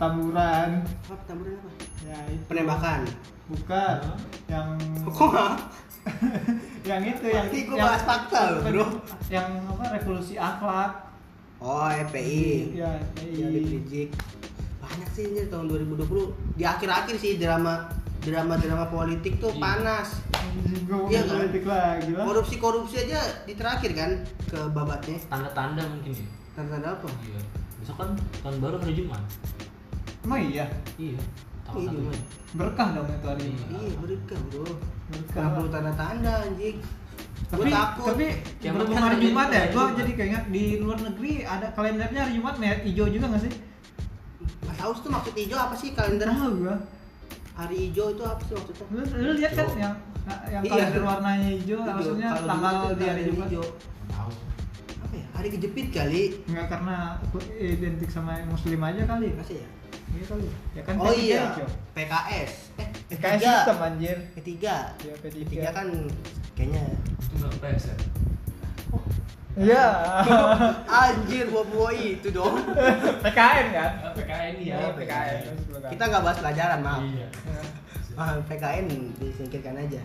Tamburan. Apa tamburan apa? Ya itu. Penembakan. Bukan. Hah? Yang Kok nggak? yang itu yang Ini gua yang- bahas fakta loh, bro. Yang apa revolusi akhlak. Oh, F P I. Ya, Iya, di Rizik. Banyak sih ini tahun dua ribu dua puluh. Di akhir-akhir sih drama drama-drama politik tuh Iya. panas. Gue Iya kan? politik lagi lah. Korupsi-korupsi aja di terakhir kan ke babatnya. Tanda-tanda mungkin ya. Tanda-tanda apa? Iya. Besok kan tahun baru hari Jumat. Emang iya. Iya. Tanggal Iya, satu. Jumat. Berkah dong itu hari ini. Iya. Iya, berkah, bro. Berkah. Kenapa lu tanda-tanda anjing? Tapi Gua takut. tapi Yang berhubung penting hari hari Jumat ya, Jumat. gue jadi keinget di luar negeri ada kalendernya hari Jumat merah hijau juga nggak sih? Nggak tahu tuh maksud hijau apa sih kalender? Tahu gua. Hari hijau itu apa sih maksudnya? Lu, lu lihat kan Hijau. yang yang Iya. kalender warnanya hijau, Hijau. maksudnya Kalau tanggal dulu tuh di hari kalender Jumat. hijau. Tahu. Apa ya? Hari kejepit kali. Enggak karena identik sama Muslim aja kali. Masih ya? Iya kali. Ya kan Oh P tiga iya, hijau. P K S. Eh, P K S sistem anjir. P tiga. Iya, P P tiga. tiga kan kayaknya Itu nggak P S ya. Iya. anjir buah-buah itu dong. P K N kan? P K N ya. Iya, P K N. Kita nggak bahas pelajaran, maaf. Iya. Ah, P K N disingkirkan aja.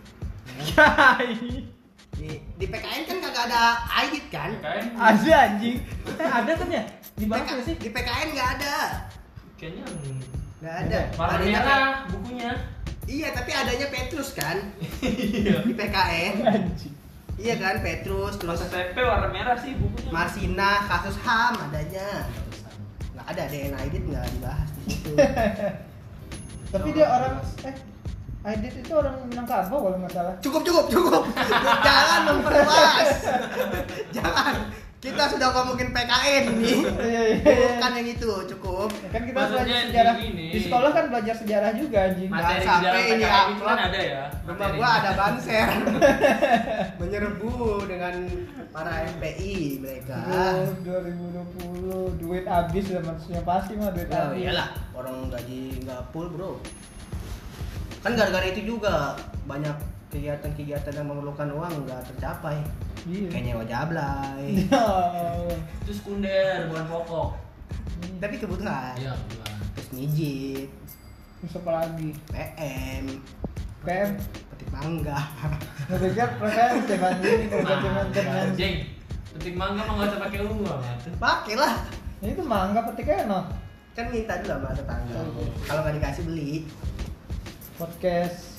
Di, di P K N kan kagak ada aidit kan? P K N. Ada anjing. Eh ada kan ya? Di mana P K- sih? Di P K N nggak ada. Kayaknya Nggak ada. warna Adanya merah bukunya. Iya, tapi adanya Petrus kan Iya. di P K N. Anjing. Iya kan, Petrus terus Terus T P warna merah sih bukunya. Marsina, kasus H A M adanya. Nggak ada D N A aidit nggak dibahas di situ. Tapi dia orang eh Aidit itu orang Minangkabau kalau nggak salah. Cukup cukup cukup. Jangan memperluas. Jangan. Kita sudah ngomongin P K N ini. Iya iya iya. Bukan yang itu, cukup. Ya kan kita Maksudnya belajar di sejarah ini. di sekolah kan belajar sejarah juga anjing. Materi di sampai dalam ini P K N itu upload. kan ada ya. Rumah materi. gua ada banser. Menyerbu dengan para F P I mereka. dua ribu dua puluh duit habis lah maksudnya pasti mah duit Ya habis. iyalah, orang gaji nggak full, Bro. Kan gara-gara itu juga banyak kegiatan-kegiatan yang memerlukan uang nggak tercapai. Iya. Kayak nyewa jablay. Ya. Itu sekunder bukan pokok. Tapi kebutuhan. Iya, bukan. Terus mijit, Terus apa lagi? P M, P M. petik mangga. Ngedekat preferensi anjing preferensi Nah, maintenance. anjing. Petik mangga mah nggak usah pakai uang atuh. Pakai lah. Ini tuh mangga petiknya no. Kan minta dulu sama tetangga. Oh. Kalau nggak dikasih beli. Podcast.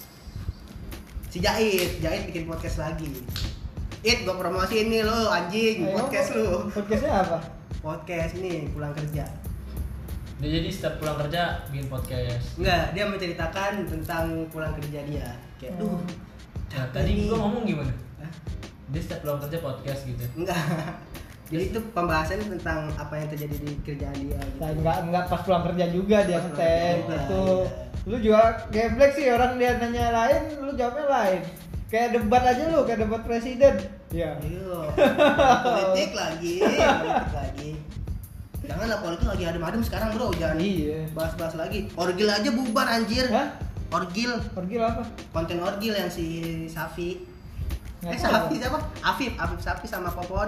Si Jait, Jait bikin podcast lagi. It, gua promosi ini lo anjing, Ayo, podcast lu. Podcastnya apa? Podcast ini pulang kerja. Dia jadi setiap pulang kerja bikin podcast. Enggak, dia menceritakan tentang pulang kerja dia. Kayak, duh, Hmm. Nah, tadi gua ngomong gimana? Hah? Dia setiap pulang kerja podcast gitu. Enggak. Jadi itu pembahasan tentang apa yang terjadi di kerjaan dia gitu. Nah, enggak enggak pas pulang kerja juga dia Pas pulang ngetek kerja, gitu. iya. Lu juga geblek sih orang dia nanya lain, lu jawabnya lain. Kayak debat aja lu, kayak debat presiden. Iya. Ayo, politik lagi, politik lagi. Janganlah politik lagi adem-adem sekarang, Bro. Jangan Iya. bahas-bahas lagi. Orgil aja bubar anjir. Hah? Orgil, Pergi lah apa? konten Orgil yang si Safi. Nggak Eh, tahu. Safi siapa? Afif, Afif Safi sama Popon.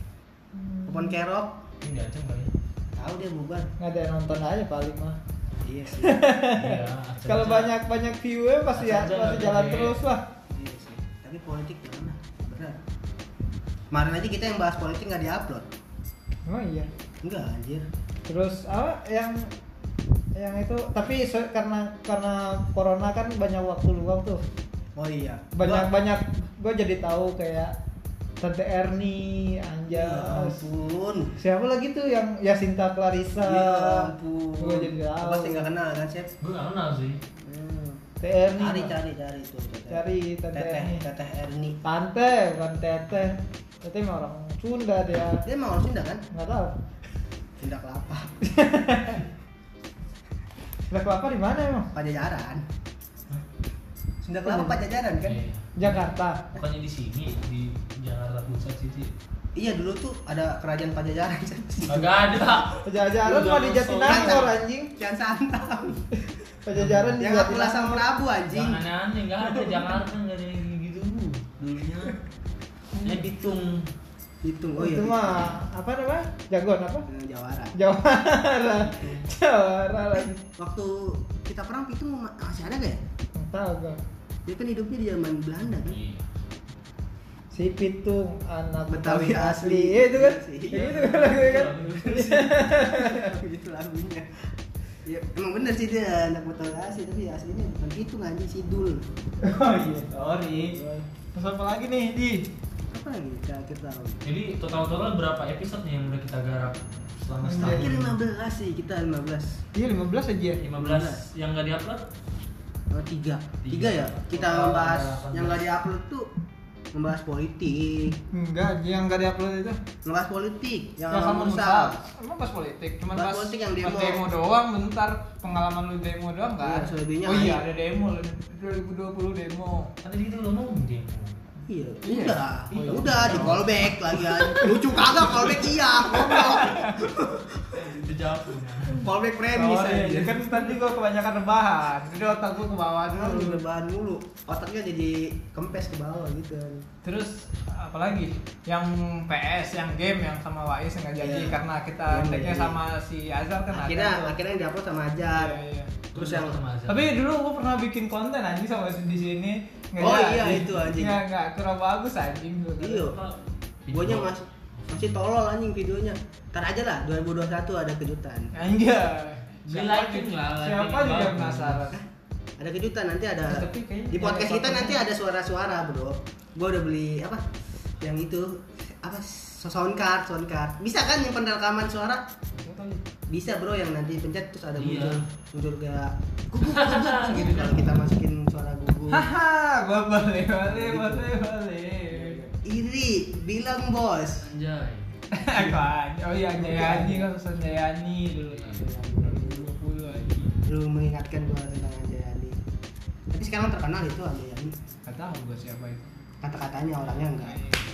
Popon Kerok. Ini diancam kali. Tahu dia bubar. Nggak ada yang nonton aja paling mah. Iya sih. Iya. Kalau banyak banyak view pasti ya, Asal pasti jangan jalan gede. terus lah. Iya sih. Tapi politik gimana? Benar. Kemarin aja kita yang bahas politik nggak diupload. Emang iya. Enggak anjir. Terus apa yang yang itu tapi se- karena karena corona kan banyak waktu luang tuh. Oh iya. Banyak Gua- banyak gue jadi tahu kayak Tante Erni, Ya Anjas. ampun. Siapa lagi tuh yang Yasinta Clarissa? Ya ampun. Gue jadi tahu. Pasti nggak kenal kan, Chef? Gue gak kenal sih. Hmm. Tante Erni. Cari, Mas. cari, cari tuh. Teteh. Cari Tante Teteh, Erni. Teteh Erni. Tante, bukan Teteh. Teteh mah orang Sunda dia. Dia emang orang Sunda kan? Nggak tahu. Sunda Kelapa. Sunda Kelapa di mana emang? Pajajaran. Sunda Kelapa Pajajaran kan? Iya. Jakarta. Bukannya di sini di Jakarta Pusat City. Iya dulu tuh ada kerajaan Pajajaran. Kagak ada. Pajajaran Udah mah di masuk. Jatinangor anjing. Kian Santang. Pajajaran di Yang aku lah sama Jatinangor. Prabu anjing. Jangan aneh, nggak ada Jakarta nggak ada yang gitu dulunya. Ya Bitung. Hitung. Oh iya. Itu mah apa namanya? Jagoan apa? Bitung. Jawara. Jawara. Jawara lagi. Waktu kita perang Pitung masih ada gak ya? Tahu gak? Dia kan hidupnya di zaman Belanda kan? Iya. Si Pitung anak Betawi Betawi asli. asli. Itu kan. Iya. Ya, itu kan lagunya kan. Gitu lagunya. Ya, emang bener sih dia anak Betawi asli, tapi aslinya bukan Pitung anjing, Sidul. Oh iya, sorry. Terus apa lagi nih, Di? Apa lagi kita tahu? Jadi total-total berapa episode nih yang udah kita garap selama Hmm, setahun? Kira lima belas sih, kita lima belas. Iya lima belas aja. lima belas yang nggak diupload? Oh, tiga. Tiga. Tiga ya? Kita Total membahas ada delapan yang nggak belas. diupload tuh membahas politik, Enggak, yang enggak diupload itu. membahas politik yang Yang sama sama Musal. Emang bahas politik, cuman Bahas bahas politik yang pas demo. demo doang, bentar pengalaman lu demo doang Iya, kan? selebihnya Oh iya, ada. ada demo dua ribu dua puluh demo. Kan tadi itu lo ngomong demo. Iya, Iya. udah, Iya. udah di callback lagi kan. Lucu kagak callback iya, goblok. Itu jawab. Callback premis Sorry, aja. kan tadi gua kebanyakan rebahan. Jadi otak gua ke bawah Kan dulu. rebahan mulu, otaknya jadi kempes ke bawah gitu. Terus apalagi yang P S, yang game yang sama Wais nggak jadi Iya. karena kita Iya, tagnya iya. sama si Azhar kan Akhirnya ada tuh. akhirnya yang diupload sama Ajar. Iya, iya. Terus yang Tapi dulu gua pernah bikin konten anjing sama di sini. Nggak Oh jadi. iya, itu anjing. Nggak nggak kurang bagus anjing dulu. Iya. Guanya masih masih tolol anjing videonya. Ntar aja lah dua ribu dua puluh satu ada kejutan. Anjay. Di liking lah, Siapa liking juga bagus. penasaran. Ada kejutan nanti ada Eh, tapi kayaknya di podcast ada kita nanti fotonya. ada suara-suara, Bro. Gua udah beli apa? Yang itu apa sound card, sound card. Bisa kan yang penrekaman suara? Bisa, Bro, yang nanti pencet terus ada Iya. muncul muncul kayak guguk guguk gitu kalau kita masukin suara guguk. Haha, gua boleh boleh boleh boleh. Iri, bilang bos. Anjay. Apaan? Oh iya Jayani kan pesan Jayani dulu. dua puluh lagi. Lu mengingatkan gua tentang Anjayani. Tapi sekarang terkenal itu Anjayani. Gak tahu gua siapa itu. Kata-katanya orangnya enggak.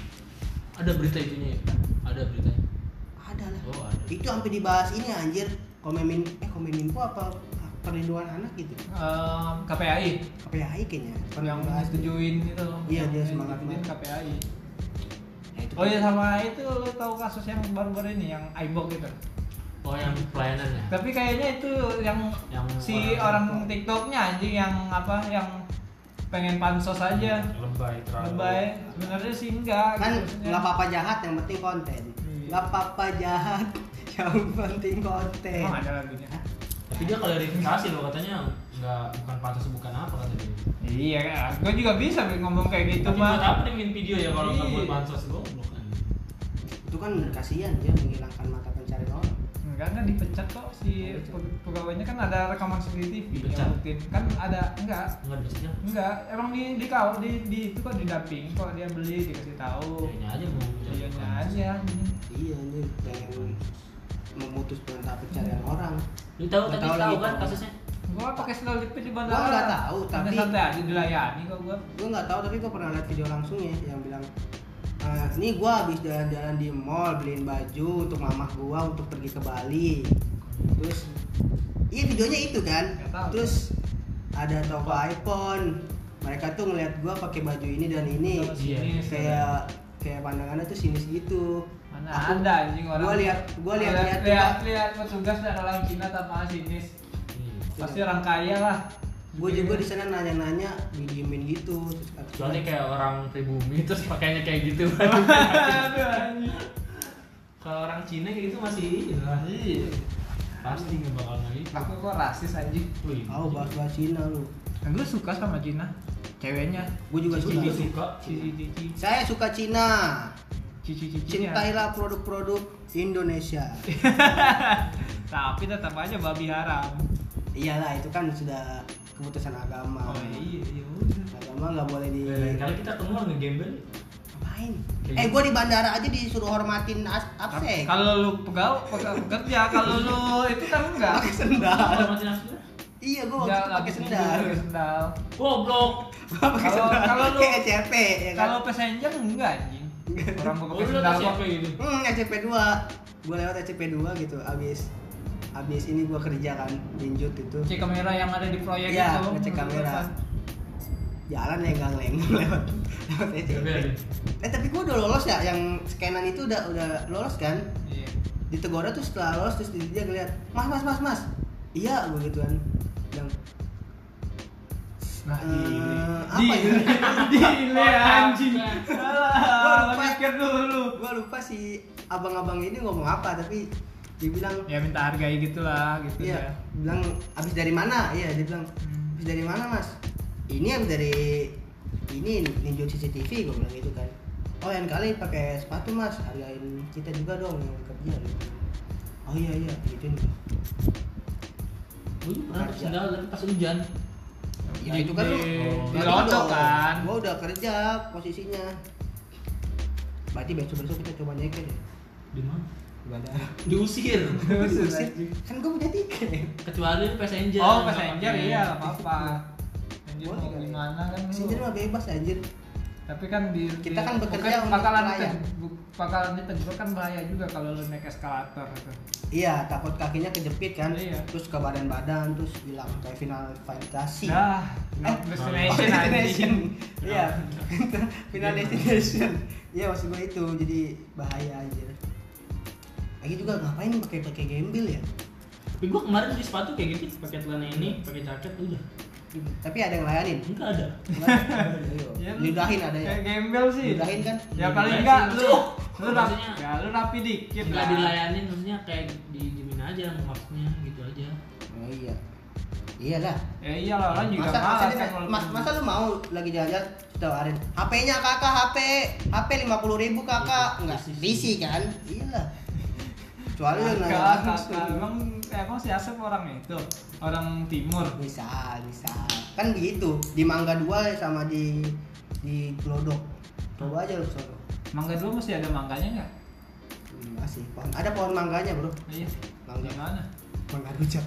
Ada berita itunya ya? Ada beritanya. Ada lah. Oh, ada. Itu sampai dibahas ini anjir. Komemin eh Komeminfo apa perlindungan anak gitu. Ehm, K P A I K P A I kayaknya. Pernah yang bahas. setujuin itu. Iya, dia Yang semangat setujuin banget. K P A I. Nah, itu Oh iya sama itu lo tahu kasus yang baru-baru ini yang iBox gitu. Oh yang pelayanannya. Tapi kayaknya itu yang, Yang si orang- orang, TikToknya anjing yang apa yang pengen pansos aja. Lebay terlalu. Lebay. Sebenarnya sih enggak. kan gitu maksudnya. nggak apa-apa jahat yang penting konten. Iya. Nggak apa-apa jahat yang penting konten. Emang ada lagunya. Tapi dia klarifikasi loh katanya nggak bukan pantas bukan apa kata dia. Iya, gue juga bisa ngomong kayak gitu Tapi buat mah. apa nih bikin video ya kalau nggak Iya. buat pansos goblok kan. Itu kan kasihan dia menghilangkan mata pencarian orang. Enggak, enggak dipecat kok si pe- pegawainya kan ada rekaman C C T V Dipecat? yang buktiin. Kan ada enggak Enggak bisa. enggak emang di di kau di, di itu kok didamping kok dia beli dikasih tahu. Kayaknya aja mau. Iya aja. Iya anjir pengen memutus mata pencarian orang. Lu tahu Nggak tadi tahu tahu lagi. kan kasusnya? Gua pakai sendal jepit di bandara. Gua nggak tahu, Santai tapi- santai aja dilayani kok gua. Gue nggak tahu tapi gue pernah lihat video langsungnya yang bilang "Ah, ini gue habis jalan-jalan di mall beliin baju untuk mamah gue untuk pergi ke Bali." Terus iya videonya itu kan. Nggak tahu. Terus ada toko iPhone. Mereka tuh ngeliat gue pakai baju ini dan ini. Sama sini, Kayak kayak pandangannya tuh sinis gitu. Mana Aku- ada anjing orang. Gua lihat- gua lihat-lihat lihat juga. lihat petugas dari orang Cina tanpa sinis. Iya. Pasti orang kaya lah. Gue juga di sana nanya-nanya didiemin gitu. Terus kata gua, Soalnya kayak orang pribumi terus pakainya kayak gitu. Aduh anjing. Kalau orang Cina kayak gitu masih ini lah. Iya. Pasti nggak bakal nggak gitu. Aku kok rasis anjing. Wih. "Oh, bahas-bahas Cina lu." Nah, gue suka sama Cina. Ceweknya. Gue juga suka. Cici suka. Cici cici. Saya suka Cina. Cici cicinya. Cintailah produk-produk Indonesia. Tapi tetap aja babi haram. Iyalah itu kan sudah keputusan agama. Oh iya iya udah. Agama nggak boleh di. Eh, Kali kita ketemuan nge-gambel. Ngapain? Kayak Eh gitu. gue di bandara aja disuruh hormatin as- absek. Kalau lu pegawai pega- pekerja, kalau lu itu kan enggak. Pakai sendal. Ada mati nafsu? Iya gue waktu Ya, itu pakai habis sendal. tidur pakai sendal. Goblok. Gua pakai Kalau- sendal. kalau lu- kayak E C P ya kan. Kalau passenger enggak anjing. Orang gua Oh, pakai lu sendal ada kok. siapa gitu? Hmm, E C P dua. Gue lewat E C P dua gitu. Abis abis ini gue kerja kan linjut itu. Cek kamera yang ada di proyek Iya, itu. ngecek kamera. Jalan lenggang-lenggang lewat lewat E C P. Iya, iya. Eh tapi gue udah lolos ya, yang scanan itu udah udah lolos kan? Iya. Ditegor tuh setelah lolos terus dia ngeliat, mas mas mas mas, iya gue gitu kan, bilang Nah, Eh, apa di ya? di ini anjing. Gua Alah, lupa. mikir dulu. gue lupa si abang-abang ini ngomong apa tapi dia bilang Ya minta hargai gitulah, gitu iya, ya. bilang abis dari mana? Iya dia bilang Hmm. abis dari mana mas? Ini yang dari ini ninjau C C T V gue bilang gitu kan. Oh yang kali pakai sepatu mas, hargain kita juga dong yang kerja gitu. Oh iya iya gitu nih. Gue juga pernah pakai sendal tapi pas hujan. Ya itu kan lu di berarti lodok udah- kan. Gua udah kerja posisinya. Berarti besok-besok kita coba nyeker ya. Di mana? Gak ada. Diusir. Diusir. Kan gua punya tiket. Kecuali lu passenger. Oh, nggak passenger pakai. iya enggak apa-apa. Passenger Boleh mau kali. gimana kan lu. Passenger mah bebas anjir. Tapi kan di Kita di- kan bekerja bukan untuk bakalan pelayan. diteg- bu- bakalan ditegur kan bahaya juga kalau lu naik eskalator gitu. Iya, takut kakinya kejepit kan. Iya. Terus ke badan-badan terus hilang kayak final kualifikasi. Dah, Eh, eh, destination Oh, anjing. destination. Iya. Final destination. Iya maksud gue itu jadi bahaya anjir. Lagi juga ngapain pakai pakai gembel ya? Tapi gue kemarin beli sepatu kayak gitu, pakai celana ini, pakai jaket udah. Tapi ada yang layanin. Enggak ada. Ya, lu- Nyudahin ada ya. Kayak gembel sih. Nyudahin kan? Ya Nyudahin paling sih, enggak lu maksudnya- lu rapi, maksudnya- ya lu rapi dikit Enggak lah. dilayanin, maksudnya kayak dijamin aja maksudnya gitu aja. Oh iya. Iyalah. Ya iyalah orang juga Masa, masa, malas dia- kan kalau mas, masa lu mau lagi jalan-jalan ditawarin H P-nya kakak, H P H P lima puluh ribu kakak. Enggak, diisi kan? Iyalah. Kecuali lu nanya Kakak, langsung. kakak. Emang emang si Asep orang itu orang timur. Misal, misal. Kan begitu. Di Mangga dua sama di di Glodok. Coba aja lu sono. Mangga dulu masih ada mangganya nggak? Hmm, Masih pohon. Ada pohon mangganya, Bro. Iya. Mangga. Di mana? Mangga rujak.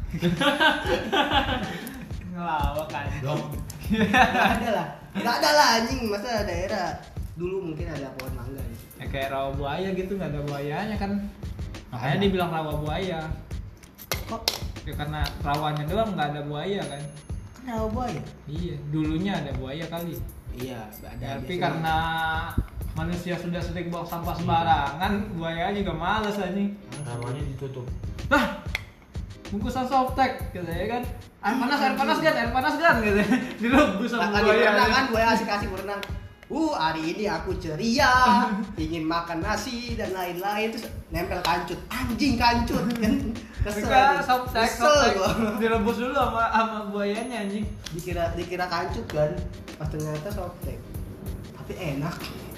Ngelawak kan. Dong. Enggak ada lah. Enggak ada lah anjing, masa daerah dulu mungkin ada pohon mangga gitu. Ya kayak rawa buaya gitu nggak ada buayanya kan. Makanya Ada. dibilang rawa buaya. Kok Ya karena rawanya doang nggak ada buaya kan. kenapa buaya? Iya, dulunya ada buaya kali. Iya, ada. Tapi biasanya. karena manusia sudah sering buang sampah sembarangan, buaya juga males anjing. Rawanya ditutup. Nah, bungkusan softtek gitu ya kan. Air panas, air panas kan, air panas kan gitu. Direbus sama lagi buaya. berenang kan, buaya asik-asik berenang. Uh, hari ini aku ceria, ingin makan nasi dan lain-lain, terus nempel kancut, anjing kancut kan. Kesel, Mereka anjing. softtek, Kesel softtek. gua. Direbus dulu sama sama buayanya anjing. Dikira dikira kancut kan, pas ternyata softtek. Tapi enak.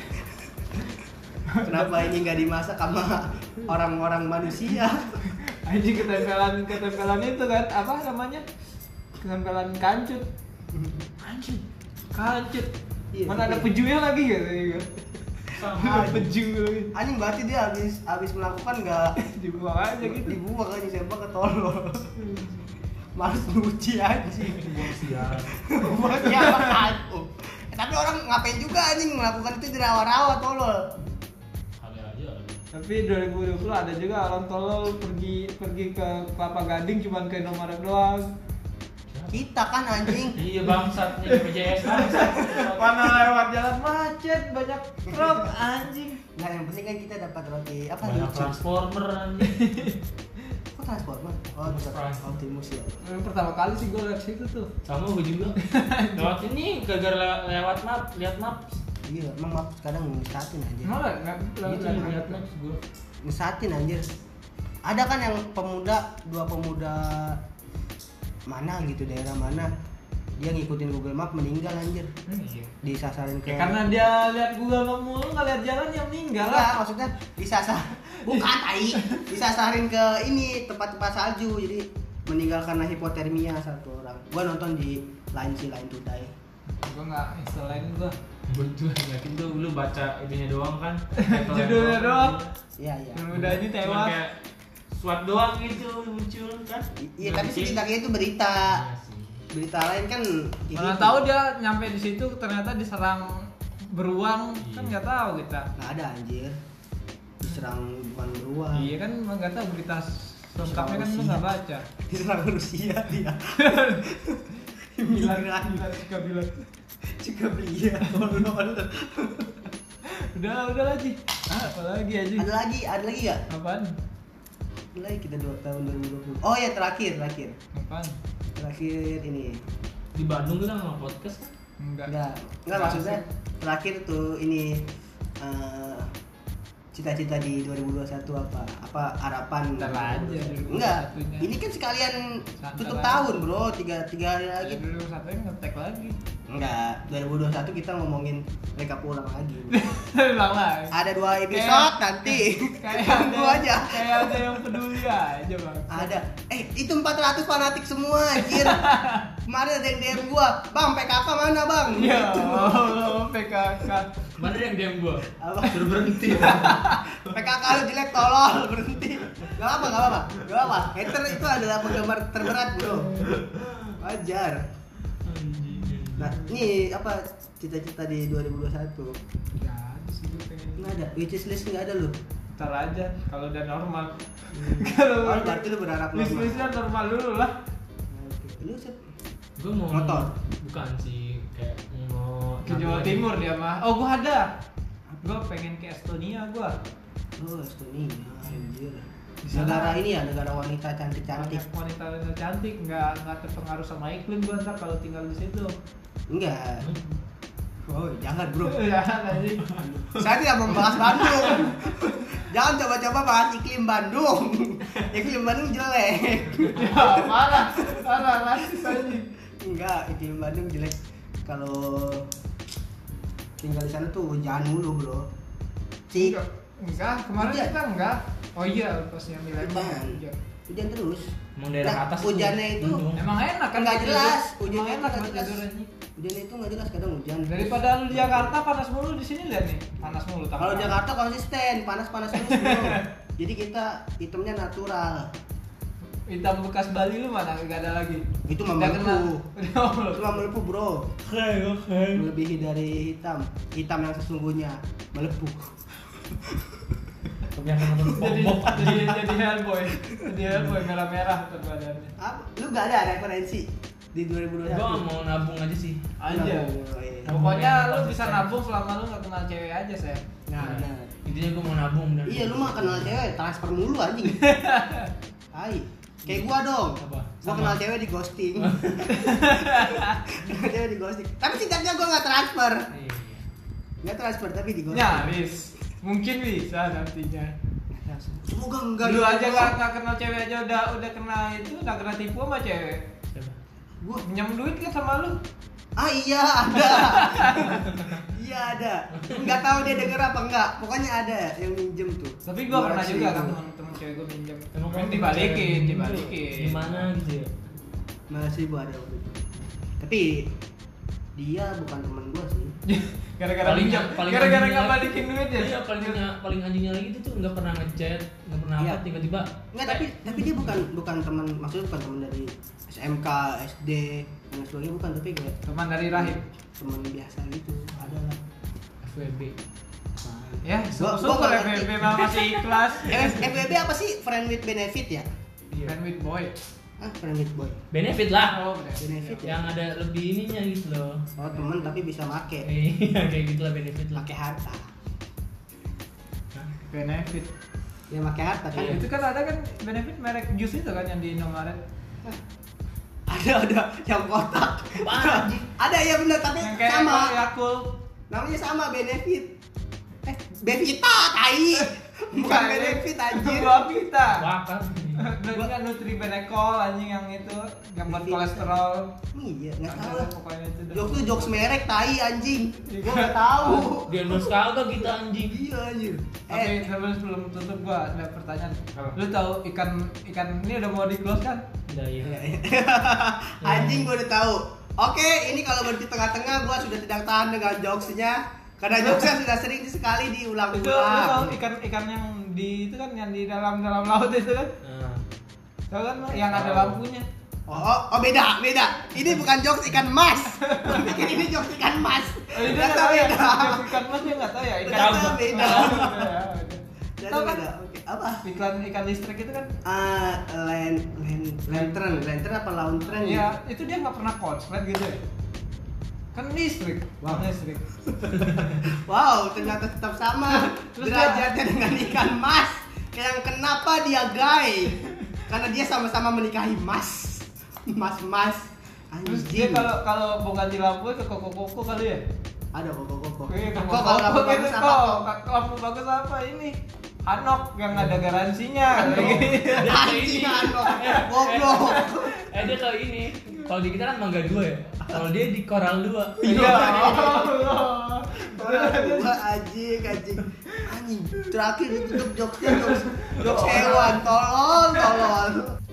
Kenapa ini nggak dimasak sama orang-orang manusia? Anjing ketempelan ketempelan itu kan apa namanya? Ketempelan kancut. Anjing. Kancut. Iya, Mana ada tapi- pejunya lagi gitu. gitu. Sama Ada peju lagi. Anjing berarti dia habis habis melakukan nggak Dibuang aja gitu. dibuang kan siapa ketolol. Males nyuci anjing. buang sial. Buat ya aku. Eh, tapi orang ngapain juga anjing melakukan itu di rawa-rawa tolol. Ada aja. Tapi dua ribu dua puluh ada juga orang tolol pergi pergi ke Kelapa Gading cuman ke Indomaret doang. Kita kan anjing. Iya bangsat nih B P J S bangsat. Mana lewat jalan macet banyak truk anjing. Nah, yang penting kan kita dapat roti apa Banyak lucu. transformer anjing. Kok transformer? Oh, Optimus bisa Prime. Optimus ya. Yang pertama kali sih gue liat situ tuh. Sama gue juga. Lewat ini gara-gara lewat, lewat map, lihat map. Iya, emang maaf kadang ngesatin anjir. Malah nggak Gitu lihat map gue. Ngesatin anjir. Ada kan yang pemuda, dua pemuda mana gitu daerah mana dia ngikutin Google Map meninggal anjir. Hmm, iya. Disasarin ke Ya, karena dia lihat Google Map mulu nggak lihat jalan yang meninggal enggak, lah. maksudnya disasar bukan tai disasarin ke ini tempat-tempat salju jadi meninggal karena hipotermia satu orang. Gua nonton di Line si Line Today. Gue nggak installain gue. Betul, yakin tuh lu baca itunya doang kan. Judulnya doang. Iya iya. Yang udah ini Cuma tewas. kayak SWAT doang gitu muncul kan. I- Iya tapi sebenarnya itu berita. Iya sih. Berita lain kan kayak Mana gitu. tahu dia nyampe di situ ternyata diserang beruang kan Iya. nggak tahu kita. Nggak ada anjir. Diserang bukan beruang. Iya kan nggak tahu berita lengkapnya kan lu nggak baca. Diserang Rusia dia. Bilang Imigran. bilang suka bilang. Juga belia tolol. Udah udah lagi. Ah, apa lagi aja? Ada lagi, ada lagi gak? Apaan? mulai kita dua tahun dua ribu dua puluh. Oh ya terakhir terakhir Apaan? terakhir ini Di Bandung kita nggak podcast kan? Enggak. enggak enggak maksudnya terakhir tuh ini eh, cita-cita di dua ribu dua puluh satu apa apa harapan Ntar aja, enggak dua ribu dua puluh satunya. ini kan sekalian Santai tutup aja. tahun bro tiga tiga hari lagi Dulu satunya ngetek lagi. enggak dua ribu dua puluh satu kita ngomongin mereka pulang lagi Ulang lagi. ada dua episode Kayak- nanti Kayak tunggu ada, aja kayak ada yang peduli aja bang. ada eh itu empat ratus fanatik semua anjir kemarin ada yang D M gua bang P K K mana bang Ya Gitu. Allah, P K K. Mana yang diam gua? Apa? Suruh berhenti. P K K lu jelek tolol berhenti gak apa gak apa gak apa hater itu adalah penggemar terberat bro wajar Anjing. nah ini apa cita-cita di dua ribu dua puluh satu Nggak ada sih gue pengen. nggak ada wishlist nggak ada lu Ntar aja kalau udah normal. Kalau oh, berarti lu berharap normal list-listnya normal dulu lah. Oke. Lu siap Gua mau Motor? Bukan sih, kayak mau Ke Jawa Timur dia mah. Oh gua ada. Gua pengen ke Estonia gua. oh Estonia anjir Di sana- negara ini ya negara wanita cantik-cantik Banyak wanita wanita cantik, nggak nggak terpengaruh sama iklim gua ntar kalau tinggal di situ. enggak oh jangan bro Ya anjing. saya tidak membahas Bandung jangan coba-coba bahas iklim Bandung iklim Bandung jelek Ya parah, parah rasis anjing. enggak iklim Bandung jelek kalau tinggal di sana tuh hujan mulu bro cik Enggak, enggak, kemarin Hujan. kita enggak. Oh iya, pas yang di Lembang Hujan. hujan. hujan terus Emang daerah Nah, atas tuh hujannya itu mendung. Emang enak kan? Nggak tidur? jelas, Emang hujannya enak nggak buat jelas. tidur anjing. hujannya itu nggak jelas kadang hujan Daripada lu di Jakarta panas mulu, di sini lihat nih, panas mulu. kalau Tangerang. Jakarta konsisten panas-panas terus bro jadi kita hitamnya natural hitam bekas Bali lu mana? Enggak ada lagi. itu mah Udah kena. melepuh Udah itu mah melepuh bro Oke, oke. melebihi dari hitam hitam yang sesungguhnya melepuh Yang nonton jadi SpongeBob jadi jadi Hellboy. Jadi Hellboy merah-merah tuh badannya. apa lu nggak ada referensi di dua ribu dua puluh satu Gua mau nabung aja sih. Aja. Oh, iya. Pokoknya lu bisa nabung selama lu nggak kenal cewek aja, Seth. nah, nah. Intinya gua mau nabung dan Iya lu mah kenal cewek transfer mulu anjing. Tai. Kayak gua dong. Apa? Gua Sama. kenal cewek di ghosting. Kenal cewek di ghosting. Tapi singkatnya gua nggak transfer. Iya. Nggak transfer tapi di ghosting. Nyaris. Mungkin bisa nantinya. Semoga enggak. Lu aja nggak nggak kenal cewek aja udah udah kena itu udah kena tipu sama cewek. Siapa? Gua Pinjam duit kan sama lu. ah iya ada. Iya ada. Enggak tahu dia denger apa enggak. Pokoknya ada yang minjem tuh. Tapi gua pernah dua ratus juga ribu. kan temen-temen cewek gua minjem. Emang Kan kamu dibalikin, cewek dibalikin. Gimana gitu ya? dua ratus ribu ada waktu itu. Tapi dia bukan temen gua sih. Gara-gara Paling- pinjam, paling gara-gara anjingnya- nggak balikin duit ya. Iya, paling paling anjingnya lagi itu tuh nggak pernah ngechat, nggak pernah Iya. apa, tiba-tiba. Enggak, tapi tapi dia bukan bukan teman, maksudnya bukan teman dari S M K, S D dan sebagainya bukan, tapi kayak Teman dari rahim. teman biasa gitu. Ada lah. F W B. Ya, Gua- gua syukur nggak F B B ngerti. masih ikhlas. Eh, F W B apa sih? Friend with benefit ya? Friend with boy. Ah, friend with boy. Benefit lah. Oh, bener. Benefit ya. Yang ada lebih ininya gitu loh. Oh, teman tapi bisa make. Iya, kayak gitulah benefit lah. Make harta. Benefit. Ya make harta kan. Iya. Itu kan ada kan benefit merek jus itu kan yang di Indomaret. Ada ada yang kotak. Apaan, anjing? Ada ya benar tapi Yang kayak sama. Yakult. Namanya sama benefit. Eh, Benvita tai. Bukan benefit anjir. Gua kita. Wakar. Beli kan Nutri Benekol anjing yang itu yang buat kolesterol. Iya, enggak tahu Ada lah. pokoknya itu. dah. Jokes tuh jokes merek tai anjing. Gua enggak tahu. Di endorse kagak kita anjing. Iya anjir. Tapi Eh, sebelum sebelum tutup gua ada pertanyaan. Apa? Lu tahu ikan ikan ini udah mau di close kan? Udah ya. anjing gua udah tahu. Oke, ini kalau berhenti tengah-tengah gua sudah tidak tahan dengan jokesnya karena jokesnya sudah sering sekali Itu lu tahu diulang-ulang. ikan ikan yang di itu kan yang di dalam dalam laut itu kan? Nah, Tahu kan Mas? Yang ada Tahu. lampunya. Oh, oh, oh, beda, beda. Ini bukan jokes ikan mas. Gua pikir ini jokes ikan mas. Oh, itu Ternyata nggak tahu ya. beda. Ikan mas dia nggak tahu ya. Ikan Ternyata beda. Tahu Ternyata kan? beda. Oke, apa? Iklan ikan listrik itu kan? Ah, len, len, lantern, lantern apa launtren? Iya, itu dia nggak pernah konslet gitu ya. Kan listrik, Wow. listrik. Wow, ternyata tetap sama Terus derajatnya dengan ikan mas. Yang kenapa dia gay? Karena dia sama-sama menikahi Mas. Mas-mas. Terus dia kalau kalau mau ganti lampu ke koko-koko kali ya? Ada koko-koko. Iya, Kok kalau lampu koko-koko bagus itu apa kok? kok. Lampu bagus apa ini? Hanok yang ada garansinya. Anjing Hanok. Goblok. Eh dia kalau ini, kalau di kita kan Mangga dua ya. Kalau dia di Koral dua. Iya. Gua anjing, anjing. Anjing. Terakhir ditutup jokesnya jokes jokes hewan. Tolong, tolong.